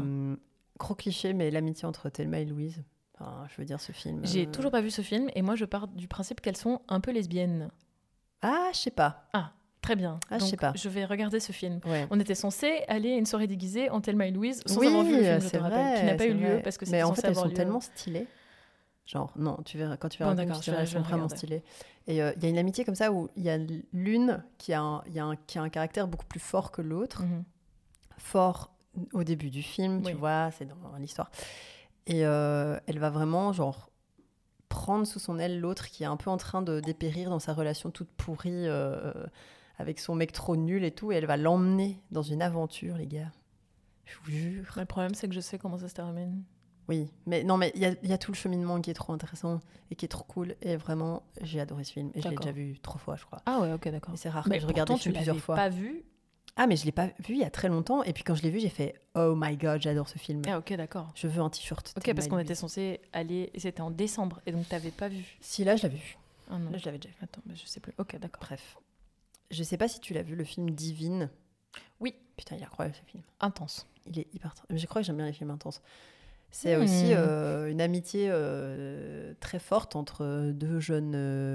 Gros cliché, mais l'amitié entre Thelma et Louise. Enfin, je veux dire, ce film... J'ai toujours pas vu ce film, et moi, je pars du principe qu'elles sont un peu lesbiennes. Ah, je sais pas. Ah, très bien. Ah, donc, je sais pas. Je vais regarder ce film. Ouais. On était censé aller à une soirée déguisée en Thelma et Louise sans oui, avoir vu le film, je te c'est rappelle, vrai, qui n'a pas eu lieu vrai. parce que mais c'était en censé fait, elles avoir sont lieu. tellement stylées. Genre, non, tu verras, quand tu verras Bon, le film, d'accord, tu verras, elles sont vraiment regarder. stylées. Et il y a une amitié comme ça où il y a l'une qui a un caractère beaucoup plus fort que l'autre. Mhm. Fort au début du film, Oui. tu vois, c'est dans l'histoire. Et elle va vraiment, genre, prendre sous son aile l'autre qui est un peu en train de dépérir dans sa relation toute pourrie avec son mec trop nul et tout, et elle va l'emmener dans une aventure, les gars. Je vous jure. Le problème, c'est que je sais comment ça se termine. Oui, mais non, mais il y a tout le cheminement qui est trop intéressant et qui est trop cool. Et vraiment, j'ai adoré ce film. Et je l'ai déjà vu 3 fois, je crois. Ah ouais, ok, d'accord. Et c'est rare Mais que je regarde des pourtant, films tu plusieurs l'avais fois. pas vu. Ah, mais je l'ai pas vu il y a très longtemps. Et puis quand je l'ai vu, j'ai fait oh my god, j'adore ce film. Ah ok, d'accord. Je veux un t-shirt. Ok, parce qu'on était censé aller... C'était en décembre, et donc t'avais pas vu. Si, là, je l'avais vu. Ah non. Là, je l'avais déjà vu. Attends, mais je sais plus. Ok, d'accord. Bref. Je sais pas si tu l'as vu, le film Divine. Oui. Putain, il est incroyable ce film. Intense. Il est hyper... Je crois que j'aime bien les films intenses. C'est aussi une amitié très forte entre 2 jeunes...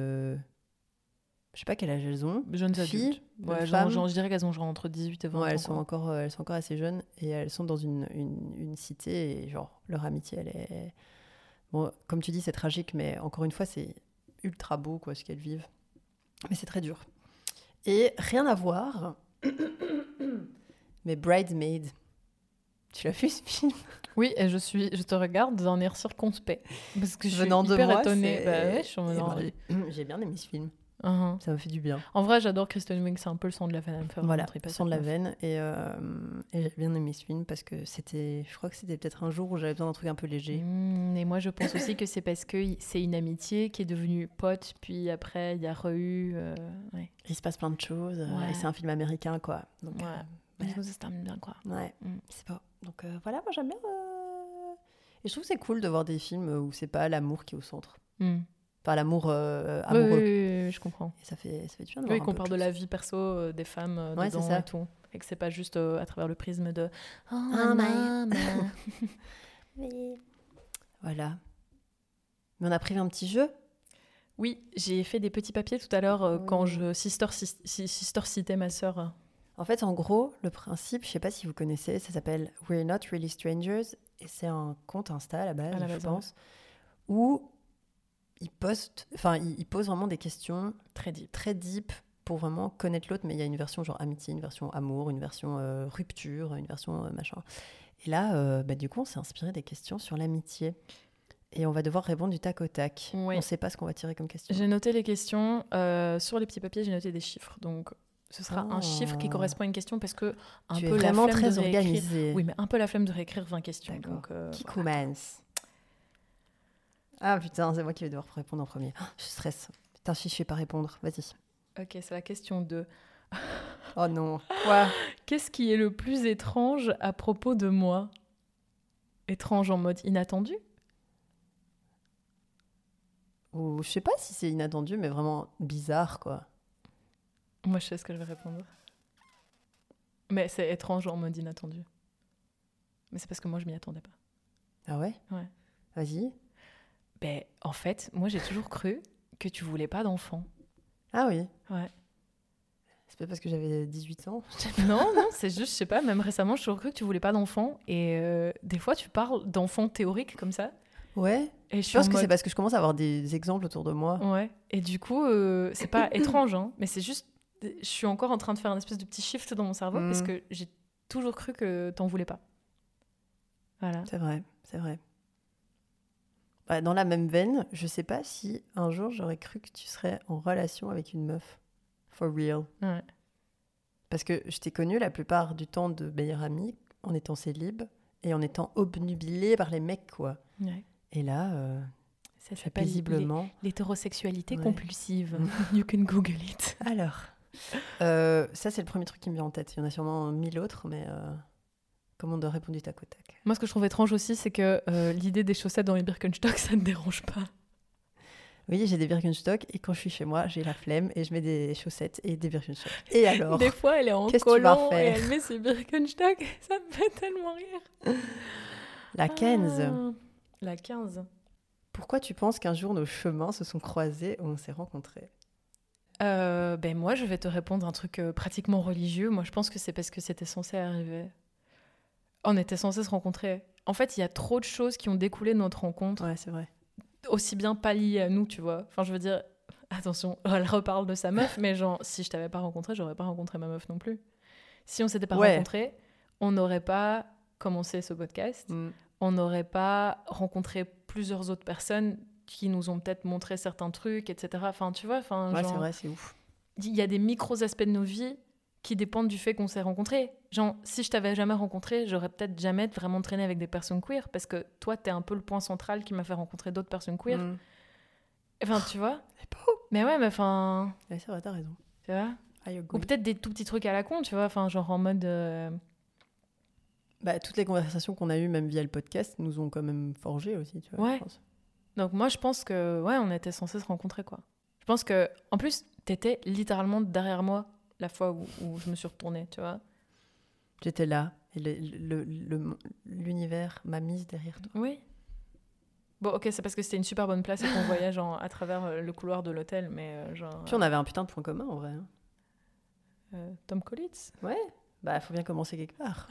Je sais pas quel âge elles ont. Jeunes filles, adultes. Ouais, femmes. genre, je dirais qu'elles ont genre entre 18 et 20 ans. Elles sont encore assez jeunes et elles sont dans une cité et genre leur amitié, elle est... Bon, comme tu dis, c'est tragique, mais encore une fois, c'est ultra beau quoi, ce qu'elles vivent. Mais c'est très dur. Et rien à voir, mais Bridesmaid. Tu l'as vu ce film? Oui, et je te regarde d'un air circonspect. Parce que je suis Venant de hyper moi, étonnée. c'est... Bah ouais, je suis en mode... J'ai bien aimé ce film. Uh-huh. Ça me fait du bien. En vrai, j'adore Kristen Wiig, c'est un peu le son de la veine. Voilà, le son de la veine. Et j'ai bien aimé ce film parce que je crois que c'était peut-être un jour où j'avais besoin d'un truc un peu léger. Et moi, je pense aussi que c'est parce que c'est une amitié qui est devenue pote, puis après, il y a re-eu... ouais. Il se passe plein de choses. Ouais. Et c'est un film américain, quoi. Donc, Ouais. voilà. Du coup, ça se termine bien, quoi. Ouais, c'est beau. Donc voilà, moi j'aime bien. Et je trouve que c'est cool de voir des films où c'est pas l'amour qui est au centre. Enfin, l'amour amoureux. Oui, je comprends. Et ça fait du bien de voir qu'on parle de la vie perso des femmes dedans c'est ça. et tout. Et que c'est pas juste à travers le prisme de « Oh, maman. Oui. Voilà. Mais on a pris un petit jeu. Oui, j'ai fait des petits papiers tout à l'heure quand je sister citais ma sœur. En fait, en gros, le principe, je sais pas si vous connaissez, ça s'appelle We're Not Really Strangers. Et c'est un compte Insta à la base, je pense, où il pose vraiment des questions très deep pour vraiment connaître l'autre. Mais il y a une version genre amitié, une version amour, une version rupture, une version machin. Et là, du coup, on s'est inspiré des questions sur l'amitié. Et on va devoir répondre du tac au tac. Oui. On ne sait pas ce qu'on va tirer comme question. J'ai noté les questions. Sur les petits papiers, j'ai noté des chiffres. Donc, ce sera un chiffre qui correspond à une question parce que tu es vraiment très organisée. Oui, mais un peu la flemme de réécrire 20 questions. Donc, qui commence ? Ah putain, c'est moi qui vais devoir répondre en premier. Oh, je stresse. Putain, si je ne vais pas répondre. Vas-y. Ok, c'est la question 2. Oh non. Quoi ? Qu'est-ce qui est le plus étrange à propos de moi ? Étrange en mode inattendu ? Ou je sais pas si c'est inattendu, mais vraiment bizarre, quoi. Moi, je sais ce que je vais répondre. Mais c'est étrange en mode inattendu. Mais c'est parce que moi, je m'y attendais pas. Ah ouais ? Ouais. Vas-y. Ben, en fait, moi, j'ai toujours cru que tu voulais pas d'enfant. Ah oui ? Ouais. C'est pas parce que j'avais 18 ans ? Non, c'est juste, je sais pas, même récemment, j'ai toujours cru que tu voulais pas d'enfant. Et des fois, tu parles d'enfants théoriques comme ça. Ouais. Et je pense que c'est parce que je commence à avoir des exemples autour de moi. Ouais. Et du coup, c'est pas étrange, hein, mais c'est juste, je suis encore en train de faire un espèce de petit shift dans mon cerveau parce que j'ai toujours cru que t'en voulais pas. Voilà. C'est vrai. Bah, dans la même veine, je sais pas si un jour j'aurais cru que tu serais en relation avec une meuf. For real. Ouais. Parce que je t'ai connue la plupart du temps de meilleure amie en étant célib et en étant obnubilée par les mecs, quoi. Ouais. Et là, ça s'appelle paisiblement l'hétérosexualité compulsive. You can Google it. Alors, ça c'est le premier truc qui me vient en tête. Il y en a sûrement 1000 autres, mais comment on doit répondre du tac au tac. Moi, ce que je trouve étrange aussi, c'est que l'idée des chaussettes dans les Birkenstock, ça ne dérange pas. Oui, j'ai des Birkenstock et quand je suis chez moi, j'ai la flemme et je mets des chaussettes et des Birkenstock. Et alors, des fois, elle est en collant et elle met ses Birkenstock. Ça me fait tellement rire. La 15. La 15. Pourquoi tu penses qu'un jour nos chemins se sont croisés ou on s'est rencontrés ? Ben moi, je vais te répondre un truc pratiquement religieux. Moi, je pense que c'est parce que c'était censé arriver. On était censé se rencontrer. En fait, il y a trop de choses qui ont découlé de notre rencontre. Ouais, c'est vrai. Aussi bien pas liées à nous, tu vois. Enfin, je veux dire, attention, elle reparle de sa meuf, mais genre, si je t'avais pas rencontré, j'aurais pas rencontré ma meuf non plus. Si on s'était pas rencontrés, on n'aurait pas commencé ce podcast. On n'aurait pas rencontré plusieurs autres personnes qui nous ont peut-être montré certains trucs, etc. Enfin, tu vois, ouais, genre, c'est vrai, c'est ouf. Il y a des micros aspects de nos vies qui dépendent du fait qu'on s'est rencontrés. Genre, si je t'avais jamais rencontré, j'aurais peut-être jamais vraiment traîné avec des personnes queer, parce que toi, t'es un peu le point central qui m'a fait rencontrer d'autres personnes queer. Enfin, tu vois. C'est beau. Mais ouais, mais enfin... Ouais, c'est vrai, t'as raison. Tu vois. Ou peut-être des tout petits trucs à la con, tu vois. Enfin, genre en mode... Bah, toutes les conversations qu'on a eues, même via le podcast, nous ont quand même forgé aussi, tu vois. Ouais. Je pense. Donc moi, je pense que, ouais, on était censés se rencontrer, quoi. Je pense que, en plus, t'étais littéralement derrière moi la fois où je me suis retournée, tu vois. J'étais là, et l'univers m'a mise derrière toi. Oui. Bon, ok, c'est parce que c'était une super bonne place et qu'on voyait genre, à travers le couloir de l'hôtel, mais genre... Puis on avait un putain de point commun, en vrai. Tom Collins. Ouais, bah, faut bien commencer quelque part.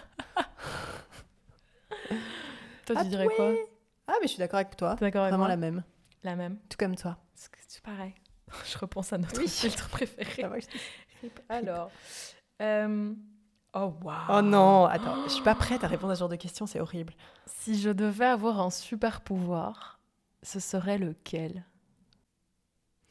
Toi, tu dirais quoi ? Ah, mais je suis d'accord avec toi. T'es d'accord avec Vraiment moi ? la même. La même. Tout comme toi. C'est pareil. Je repense à notre filtre préféré. Alors... Oh, waouh. Oh non, attends, je suis pas prête à répondre à ce genre de questions, c'est horrible. Si je devais avoir un super pouvoir, ce serait lequel ?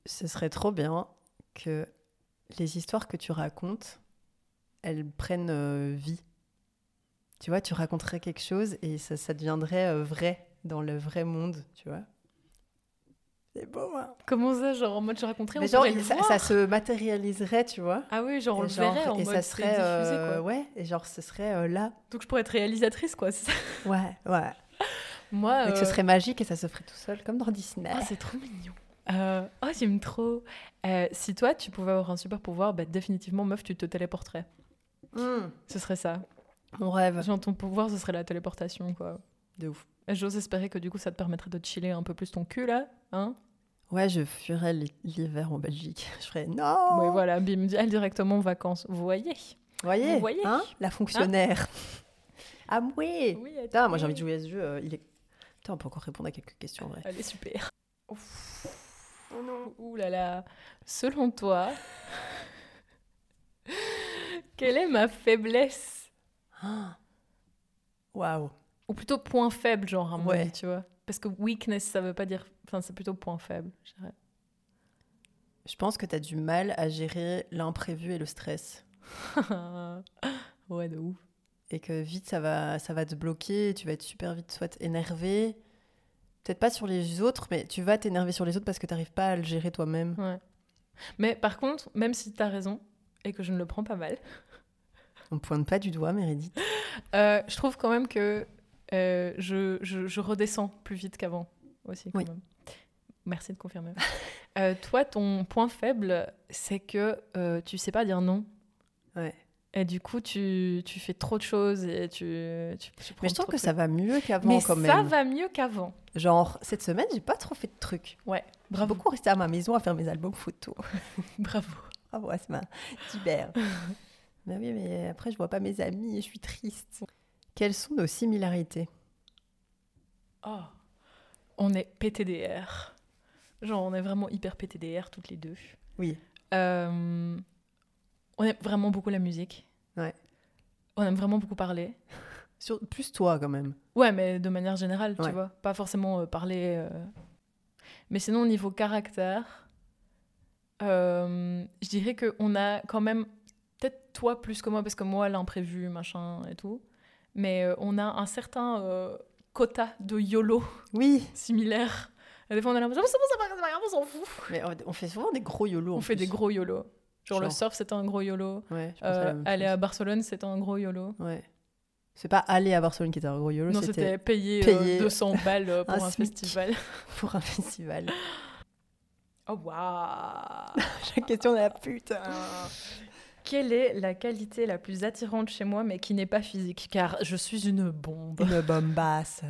Ce serait trop bien que les histoires que tu racontes, elles prennent vie. Tu vois, tu raconterais quelque chose et ça deviendrait vrai dans le vrai monde, tu vois. C'est beau, hein. Comment ça, genre en mode je raconterais, Mais on genre, pourrait le voir. ça se matérialiserait, tu vois. Ah oui, genre on Et le genre, verrait en et mode ça c'est serait, diffusé quoi. ouais, et genre, ce serait là. Donc je pourrais être réalisatrice quoi, c'est ça. Ouais, ouais. Moi, Et que ce serait magique et ça se ferait tout seul, comme dans Disney. oh, c'est trop mignon. Oh, j'aime trop. Si toi, tu pouvais avoir un super pouvoir, bah, définitivement, meuf, tu te téléporterais. Ce serait ça. Mon rêve. Genre, ton pouvoir, ce serait la téléportation, quoi. De ouf. Et j'ose espérer que du coup, ça te permettrait de chiller un peu plus ton cul, là. Hein? Ouais, je fuirais l'hiver en Belgique. Je ferais non. Oui, voilà, bim, elle directement en vacances. Vous voyez? Vous Vous voyez hein, la fonctionnaire. Ah oui. Oui, Putain, moi j'ai envie de jouer à ce jeu. Il est... Putain, on peut encore répondre à quelques questions en vrai. Elle est super. Ouh là là. Selon toi, quelle est ma faiblesse? Waouh. Ou plutôt point faible, genre, à mon Ouais. avis, tu vois. Parce que weakness, ça veut pas dire... Enfin, c'est plutôt point faible, je dirais. Je pense que t'as du mal à gérer l'imprévu et le stress. Ouais, de ouf. Et que vite ça va te bloquer. Et tu vas être super vite soit énervé. Peut-être pas sur les autres, mais tu vas t'énerver sur les autres parce que t'arrives pas à le gérer toi-même. Ouais. Mais par contre, même si t'as raison, et que je ne le prends pas mal, On pointe pas du doigt, Meredith. je trouve quand même que je redescends plus vite qu'avant aussi, quand Oui. même. Merci de confirmer. Toi, ton point faible, c'est que tu sais pas dire non. Ouais. Et du coup, tu fais trop de choses et tu prends Mais je trouve trop que de ça trucs. va mieux qu'avant Mais quand ça même. va mieux qu'avant. Genre, cette semaine, j'ai pas trop fait de trucs. Ouais, J'ai bravo. beaucoup resté à ma maison à faire mes albums photos. Bravo. Bravo, Asma. Super. Mais oui, mais après, je vois pas mes amis et je suis triste. Quelles sont nos similarités? Oh. On est PTDR. Genre, on est vraiment hyper PTDR toutes les deux. Oui. On aime vraiment beaucoup la musique. Ouais. On aime vraiment beaucoup parler. Plus toi, quand même. Ouais, mais de manière générale, tu Ouais. vois. Pas forcément parler. Mais sinon, au niveau caractère, je dirais qu'on a quand même, peut-être toi plus que moi, parce que moi, l'imprévu, machin et tout, mais on a un certain quota de YOLO Oui. similaire. Et des fois, on a l'impression, c'est bon, c'est pas grave, on s'en fout. Mais on fait souvent des gros YOLO. On fait des gros YOLO. Genre le surf, c'était un gros YOLO. Ouais, je pense à la même Aller chose. à Barcelone, c'était un gros YOLO. Ouais. C'est pas aller à Barcelone qui était un gros YOLO, Non, c'était payer 200 balles pour un SMIC. festival. pour un festival. Oh, waouh. Chaque question de la pute. Quelle est la qualité la plus attirante chez moi, mais qui n'est pas physique? Car je suis une bombe. Une bombasse.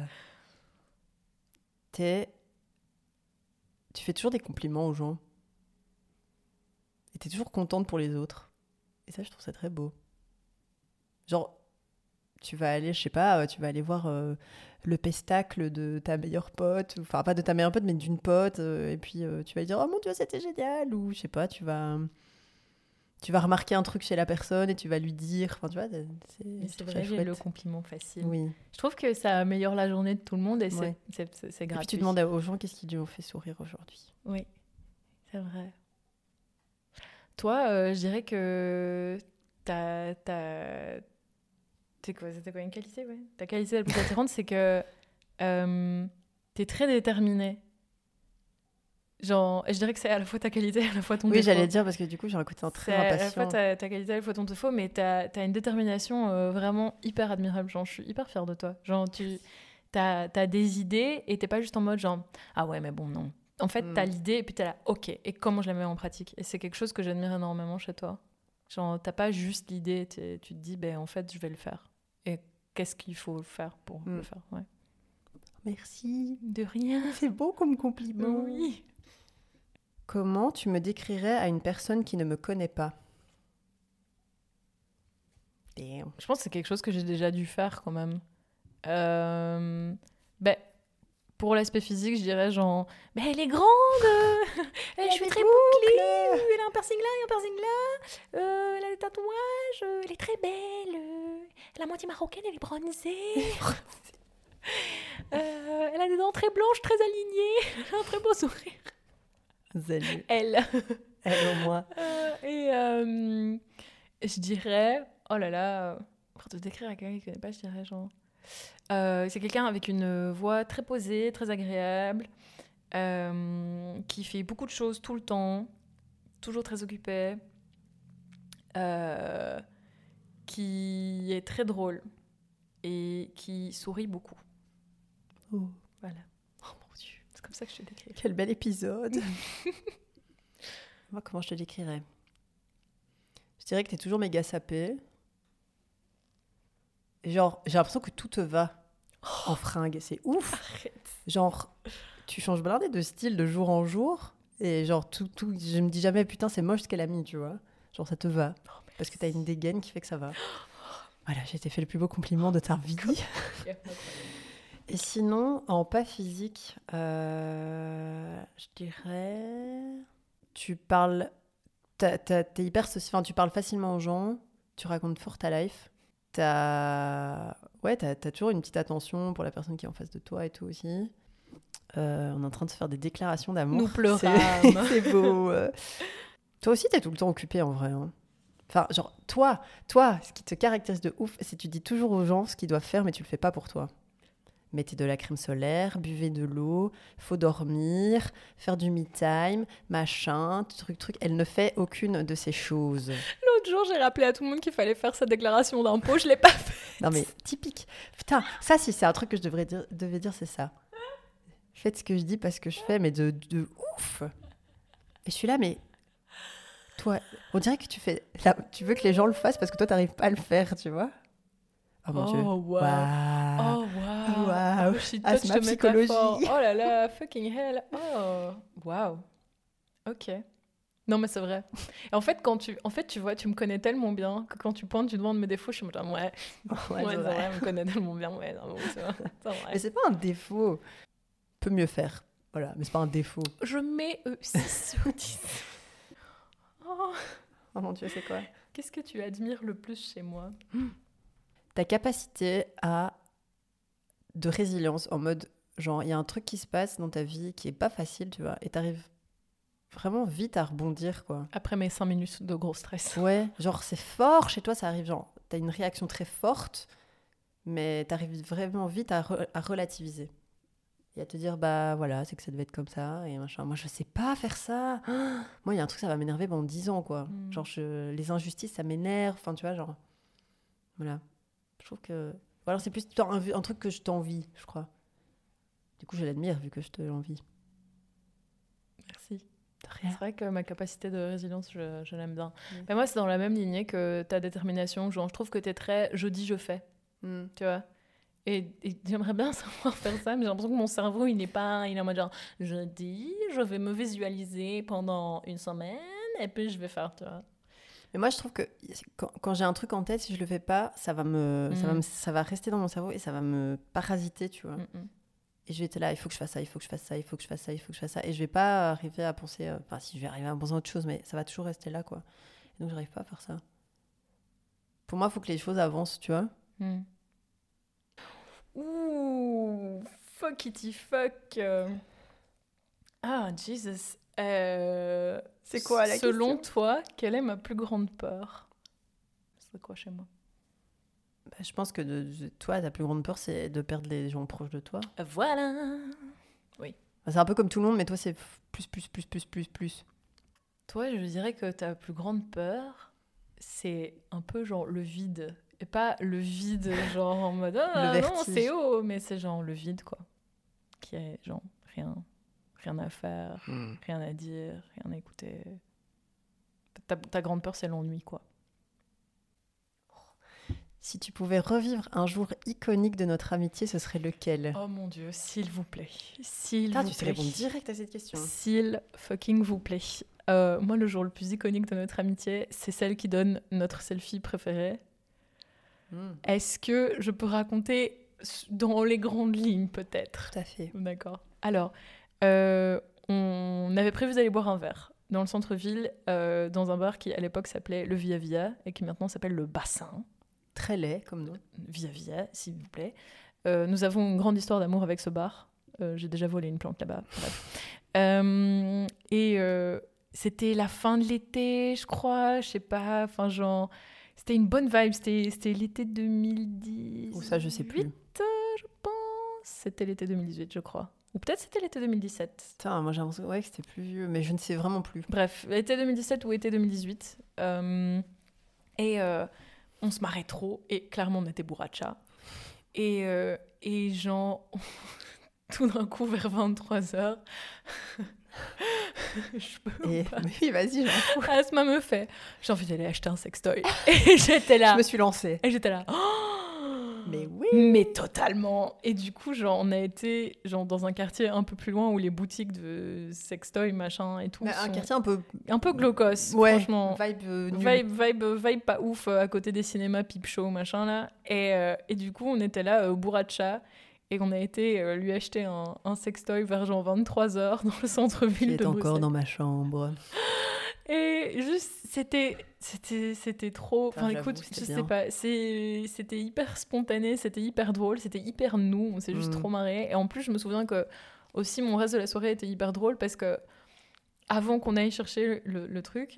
Tu fais toujours des compliments aux gens. Et t'es toujours contente pour les autres. Et ça, je trouve ça très beau. Genre, tu vas aller, je sais pas, tu vas aller voir le pestacle de ta meilleure pote. Enfin, pas de ta meilleure pote, mais d'une pote. Et puis, tu vas lui dire, oh mon Dieu, c'était génial. Ou, je sais pas, tu vas remarquer un truc chez la personne et tu vas lui dire. Enfin, tu vois, Mais je c'est trouve vrai, ça j'ai chouette. le compliment facile. Oui. Je trouve que ça améliore la journée de tout le monde et Ouais. c'est Et gratuit. puis, tu demandes aux gens qu'est-ce qui lui ont fait sourire aujourd'hui. Oui, c'est vrai. Toi, je dirais que c'était quoi une qualité, ouais. Ta qualité la plus attirante, c'est que t'es très déterminée. Genre, et je dirais que c'est à la fois ta qualité et à la fois ton Oui, défaut. j'allais dire parce que du coup, j'ai un côté très C'est à la impatient. fois ta qualité et à la fois ton défaut, mais t'as une détermination vraiment hyper admirable. Genre, je suis hyper fière de toi. Genre, t'as des idées et t'es pas juste en mode genre, ah ouais, mais bon, non. En fait, t'as l'idée et puis t'es là, ok, et comment je la mets en pratique? Et c'est quelque chose que j'admire énormément chez toi. Genre, t'as pas juste l'idée, tu te dis, ben en fait, je vais le faire. Et qu'est-ce qu'il faut faire pour le faire? Ouais. Merci. De rien. C'est beau comme compliment. Oui. Comment tu me décrirais à une personne qui ne me connaît pas? Damn. Je pense que c'est quelque chose que j'ai déjà dû faire quand même. Ben, pour l'aspect physique, je dirais genre, ben elle est grande, je suis très bouclée, elle a un piercing là et un piercing là, elle a des tatouages, elle est très belle, elle a moitié marocaine, elle est bronzée. Elle a des dents très blanches, très alignées, elle a un très beau sourire. Salut. Elle. Elle au moins. Je dirais, oh là là, pour te décrire à quelqu'un qui ne connaît pas, je dirais genre, c'est quelqu'un avec une voix très posée, très agréable, qui fait beaucoup de choses tout le temps, toujours très occupé, qui est très drôle et qui sourit beaucoup. Oh. Voilà. Oh mon Dieu, c'est comme ça que je te décris. Quel bel épisode. Moi, comment je te décrirais? Je dirais que t'es toujours méga sapé. Genre, j'ai l'impression que tout te va en fringues. C'est ouf. Arrête. Genre, tu changes blindé de style de jour en jour. Et genre, tout, je me dis jamais, putain, c'est moche ce qu'elle a mis, tu vois. Genre, ça te va. Parce que t'as une dégaine qui fait que ça va. Voilà, j'ai été fait le plus beau compliment de ta vie. Et sinon, en pas physique, je dirais... Tu parles... t'es hyper enfin, tu parles facilement aux gens. Tu racontes fort ta life. T'as toujours une petite attention pour la personne qui est en face de toi et tout aussi. On est en train de se faire des déclarations d'amour. Nous pleurâmes. C'est beau. Toi aussi, t'es tout le temps occupée en vrai. Hein. Enfin, genre, toi, ce qui te caractérise de ouf, c'est que tu dis toujours aux gens ce qu'ils doivent faire, mais tu le fais pas pour toi. Mettez de la crème solaire, buvez de l'eau, faut dormir, faire du me-time, machin, truc. Elle ne fait aucune de ces choses. L'autre jour, j'ai rappelé à tout le monde qu'il fallait faire sa déclaration d'impôt. Je l'ai pas fait. Non mais typique. Putain, ça si c'est un truc que je devais dire, c'est ça. Faites ce que je dis parce que je fais, mais de ouf. Et je suis là, mais toi, on dirait que tu veux que les gens le fassent parce que toi, t'arrives pas à le faire, tu vois. Oh mon Dieu. Wow. Wow. Oh wow. Wow. Oh, je suis Ah, touch c'est ma de psychologie. métaphore. Oh là là, fucking hell. Oh, wow. Ok. Non mais c'est vrai. Et en fait, tu vois, tu me connais tellement bien que quand tu pointes du doigt de mes défauts, je suis en mode ouais, Ouais, c'est vrai, on me connaît tellement bien, ouais, non, c'est vrai. Mais c'est pas un défaut. Peut mieux faire. Voilà, mais c'est pas un défaut. Je mets 6 sur 10. Oh, Oh mon Dieu, c'est quoi? qu'est-ce que tu admires le plus chez moi? Ta capacité de résilience en mode, genre, il y a un truc qui se passe dans ta vie qui est pas facile, tu vois, et t'arrives vraiment vite à rebondir, quoi. Après mes 5 minutes de gros stress. Ouais, genre, c'est fort chez toi, ça arrive, genre, t'as une réaction très forte, mais t'arrives vraiment vite à relativiser. Et à te dire, bah voilà, c'est que ça devait être comme ça, et machin. Moi, je sais pas faire ça. Ah, moi, il y a un truc, ça va m'énerver pendant 10 ans, quoi. Genre, les injustices, ça m'énerve, enfin, tu vois, genre... Voilà. Je trouve que... Ou alors c'est plus un truc que je t'envie, je crois. Du coup, je l'admire vu que je te l'envie. Merci. De rien. C'est vrai que ma capacité de résilience, je l'aime bien. Mais moi, c'est dans la même lignée que ta détermination. Genre, je trouve que t'es très je dis, je fais. Tu vois. Et j'aimerais bien savoir faire ça, mais j'ai l'impression que mon cerveau, il est en mode genre, je dis, je vais me visualiser pendant une semaine, et puis je vais faire, tu vois. Mais moi, je trouve que quand j'ai un truc en tête, si je le fais pas, ça va rester dans mon cerveau et ça va me parasiter, tu vois. Et je vais être là, il faut que je fasse ça, il faut que je fasse ça, il faut que je fasse ça, il faut que je fasse ça. Et je vais pas arriver à penser... Enfin, si, je vais arriver à penser à autre chose, mais ça va toujours rester là, quoi. Et donc, j'arrive pas à faire ça. Pour moi, il faut que les choses avancent, tu vois. Ouh, fuckity fuck. Ah, Jesus. C'est quoi la Selon question? toi, quelle est ma plus grande peur? C'est quoi chez moi? Bah, je pense que toi, ta plus grande peur, c'est de perdre les gens proches de toi. Voilà. Oui. Enfin, c'est un peu comme tout le monde, mais toi, c'est plus. Toi, je dirais que ta plus grande peur, c'est un peu genre le vide. Et pas le vide, genre en mode ah non, c'est haut, mais c'est genre le vide, quoi. Qui est genre rien à faire, rien à dire, rien à écouter. Ta grande peur, c'est l'ennui, quoi. Si tu pouvais revivre un jour iconique de notre amitié, ce serait lequel? Oh mon Dieu, s'il vous plaît. S'il Putain, vous tu sais plaît. répondre direct à cette question. S'il fucking vous plaît. Moi, le jour le plus iconique de notre amitié, c'est celle qui donne notre selfie préférée. Est-ce que je peux raconter dans les grandes lignes, peut-être? Tout à fait. D'accord. Alors, on avait prévu d'aller boire un verre dans le centre-ville, dans un bar qui, à l'époque, s'appelait le Via Via et qui maintenant s'appelle le Bassin. Très laid, comme nous. Via Via, s'il vous plaît. Nous avons une grande histoire d'amour avec ce bar. J'ai déjà volé une plante là-bas. Bref. Et c'était la fin de l'été, je crois, je sais pas, enfin genre... C'était une bonne vibe, c'était l'été 2010. Ou ça, je sais plus. Je pense. C'était l'été 2018, je crois. Ou peut-être c'était l'été 2017. Putain, moi j'ai l'impression que c'était plus vieux, mais je ne sais vraiment plus. Bref, été 2017 ou été 2018. On se marrait trop, et clairement on était bourracha. Et genre, tout d'un coup, vers 23h, je peux Et pas. oui, vas-y, j'en fous. Asma me fait, j'ai envie d'aller acheter un sextoy. Et j'étais là. Je me suis lancée. Et j'étais là. Mais oui. Mais totalement. Et du coup, genre, on a été genre, dans un quartier un peu plus loin où les boutiques de sextoy, machin et tout. Un quartier un peu glaucos, ouais, franchement. Vibe Vibe pas ouf à côté des cinémas, peep show, machin là. Et du coup, on était là, bourracha. Et on a été lui acheter un sextoy vers genre 23h dans le centre-ville de Bruxelles. Qui est encore dans ma chambre. Et juste, c'était trop... Enfin, écoute, je sais pas, c'était hyper spontané, c'était hyper drôle, c'était hyper nous, on s'est juste trop marré. Et en plus, je me souviens que aussi mon reste de la soirée était hyper drôle parce que avant qu'on aille chercher le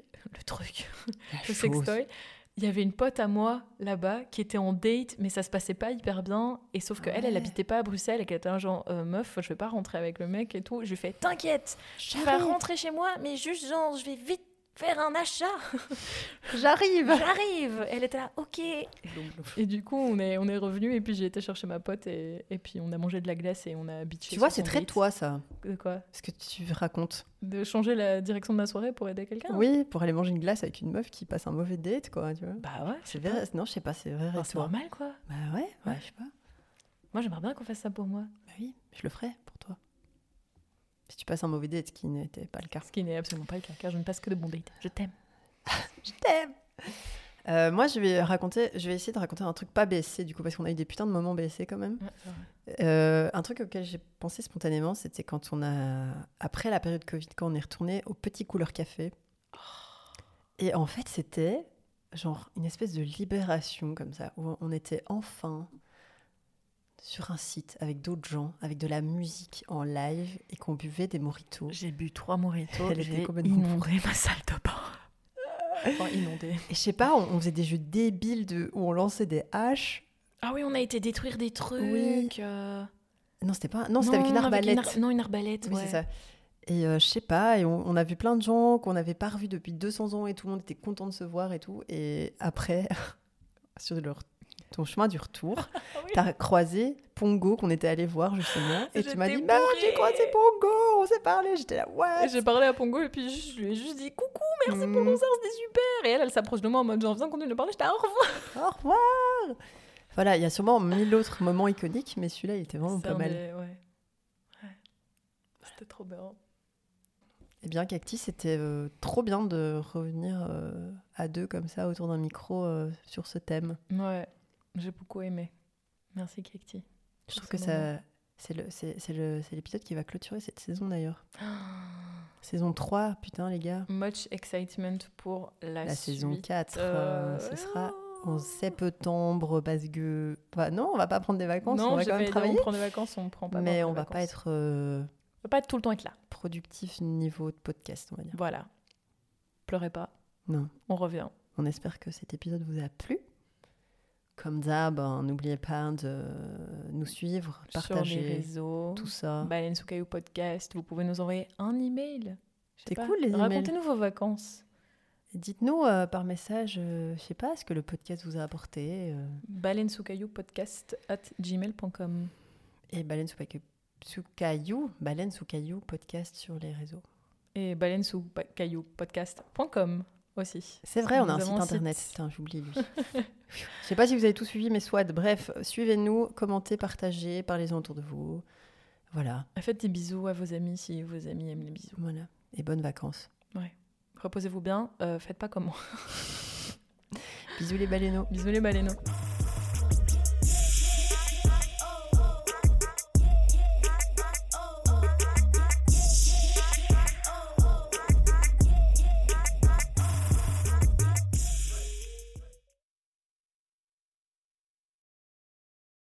sextoy, il y avait une pote à moi là-bas qui était en date, mais ça se passait pas hyper bien. Et sauf qu'elle, elle habitait pas à Bruxelles et qu'elle était un genre meuf, je vais pas rentrer avec le mec et tout. Je lui fais t'inquiète, je vais rentrer chez moi, mais juste genre je vais vite faire un achat. J'arrive. Elle était là, ok. Et du coup, on est revenu et puis j'ai été chercher ma pote et puis on a mangé de la glace et on a bitché. Tu vois, c'est très toi ça. De quoi ? Ce que tu racontes. De changer la direction de ma soirée pour aider quelqu'un ? Oui, pour aller manger une glace avec une meuf qui passe un mauvais date, quoi, tu vois. Bah ouais. C'est vrai. Non, je sais pas, c'est vrai. Enfin, c'est normal, quoi. Bah ouais, je sais pas. Moi, j'aimerais bien qu'on fasse ça pour moi. Bah oui, je le ferai pour toi. Si tu passes un mauvais date, ce qui n'était pas le cas. Ce qui n'est absolument pas le cas, car je ne passe que de bons dates. Je t'aime. Je t'aime. Moi, je vais essayer de raconter un truc pas BSC, du coup, parce qu'on a eu des putains de moments BSC quand même. Ouais, un truc auquel j'ai pensé spontanément, c'était quand après la période Covid, quand on est retourné au Petit Couleur Café. Et en fait, c'était genre une espèce de libération comme ça, où on était enfin sur un site avec d'autres gens, avec de la musique en live et qu'on buvait des mojitos. J'ai bu 3 mojitos, j'ai inondé ma salle de bain. Enfin, inondé. Et je sais pas, on faisait des jeux débiles où on lançait des haches. Ah oui, on a été détruire des trucs. Oui. Non, c'était avec une arbalète. Une arbalète, oui, c'est ça. Et je sais pas, et on a vu plein de gens qu'on n'avait pas revus depuis 200 ans et tout le monde était content de se voir et tout. Et après, sur ton chemin du retour, oui. T'as croisé Pongo qu'on était allé voir justement et tu m'as dit j'ai croisé Pongo, on s'est parlé, j'étais là ouais. J'ai parlé à Pongo et puis je lui ai juste dit coucou, merci pour le concert, c'était super. Et elle s'approche de moi en mode genre viens continuer de parler, j'étais au revoir. Au revoir. Voilà, il y a sûrement 1000 autres moments iconiques, mais celui-là il était vraiment pas mal. Ouais. C'était trop bien. Eh bien, Cacti, c'était trop bien de revenir à deux comme ça autour d'un micro sur ce thème. Ouais, j'ai beaucoup aimé. Merci, Cacti. Je trouve que c'est l'épisode qui va clôturer cette saison d'ailleurs. Saison 3, putain les gars. Much excitement pour la suite. Saison 4, ce sera en septembre parce que... Enfin, non, on va pas prendre des vacances, on va quand même travailler. On prend des vacances, on prend pas. Mais on va pas être... on va pas être tout le temps être là. Productif niveau de podcast, on va dire. Voilà. Pleurez pas. Non. On revient. On espère que cet épisode vous a plu. Comme d'hab, n'oubliez pas de nous suivre, partager sur les réseaux, tout ça. Baleine sous caillou podcast. Vous pouvez nous envoyer un email. C'est cool les emails. Racontez-nous vos vacances. Et dites-nous par message, je sais pas, ce que le podcast vous a apporté. Baleine sous caillou podcast @gmail.com. Et baleine sous caillou podcast sur les réseaux. Et baleine sous caillou podcast.com. aussi. C'est vrai, on a un site internet. Putain, j'oublie lui. Je sais pas si vous avez tout suivi, mais soit. Bref, suivez-nous, commentez, partagez, parlez-en autour de vous. Voilà. Faites des bisous à vos amis si vos amis aiment les bisous. Voilà. Et bonnes vacances. Ouais. Reposez-vous bien. Faites pas comme moi. Bisous les baleineaux. Bisous les baleineaux.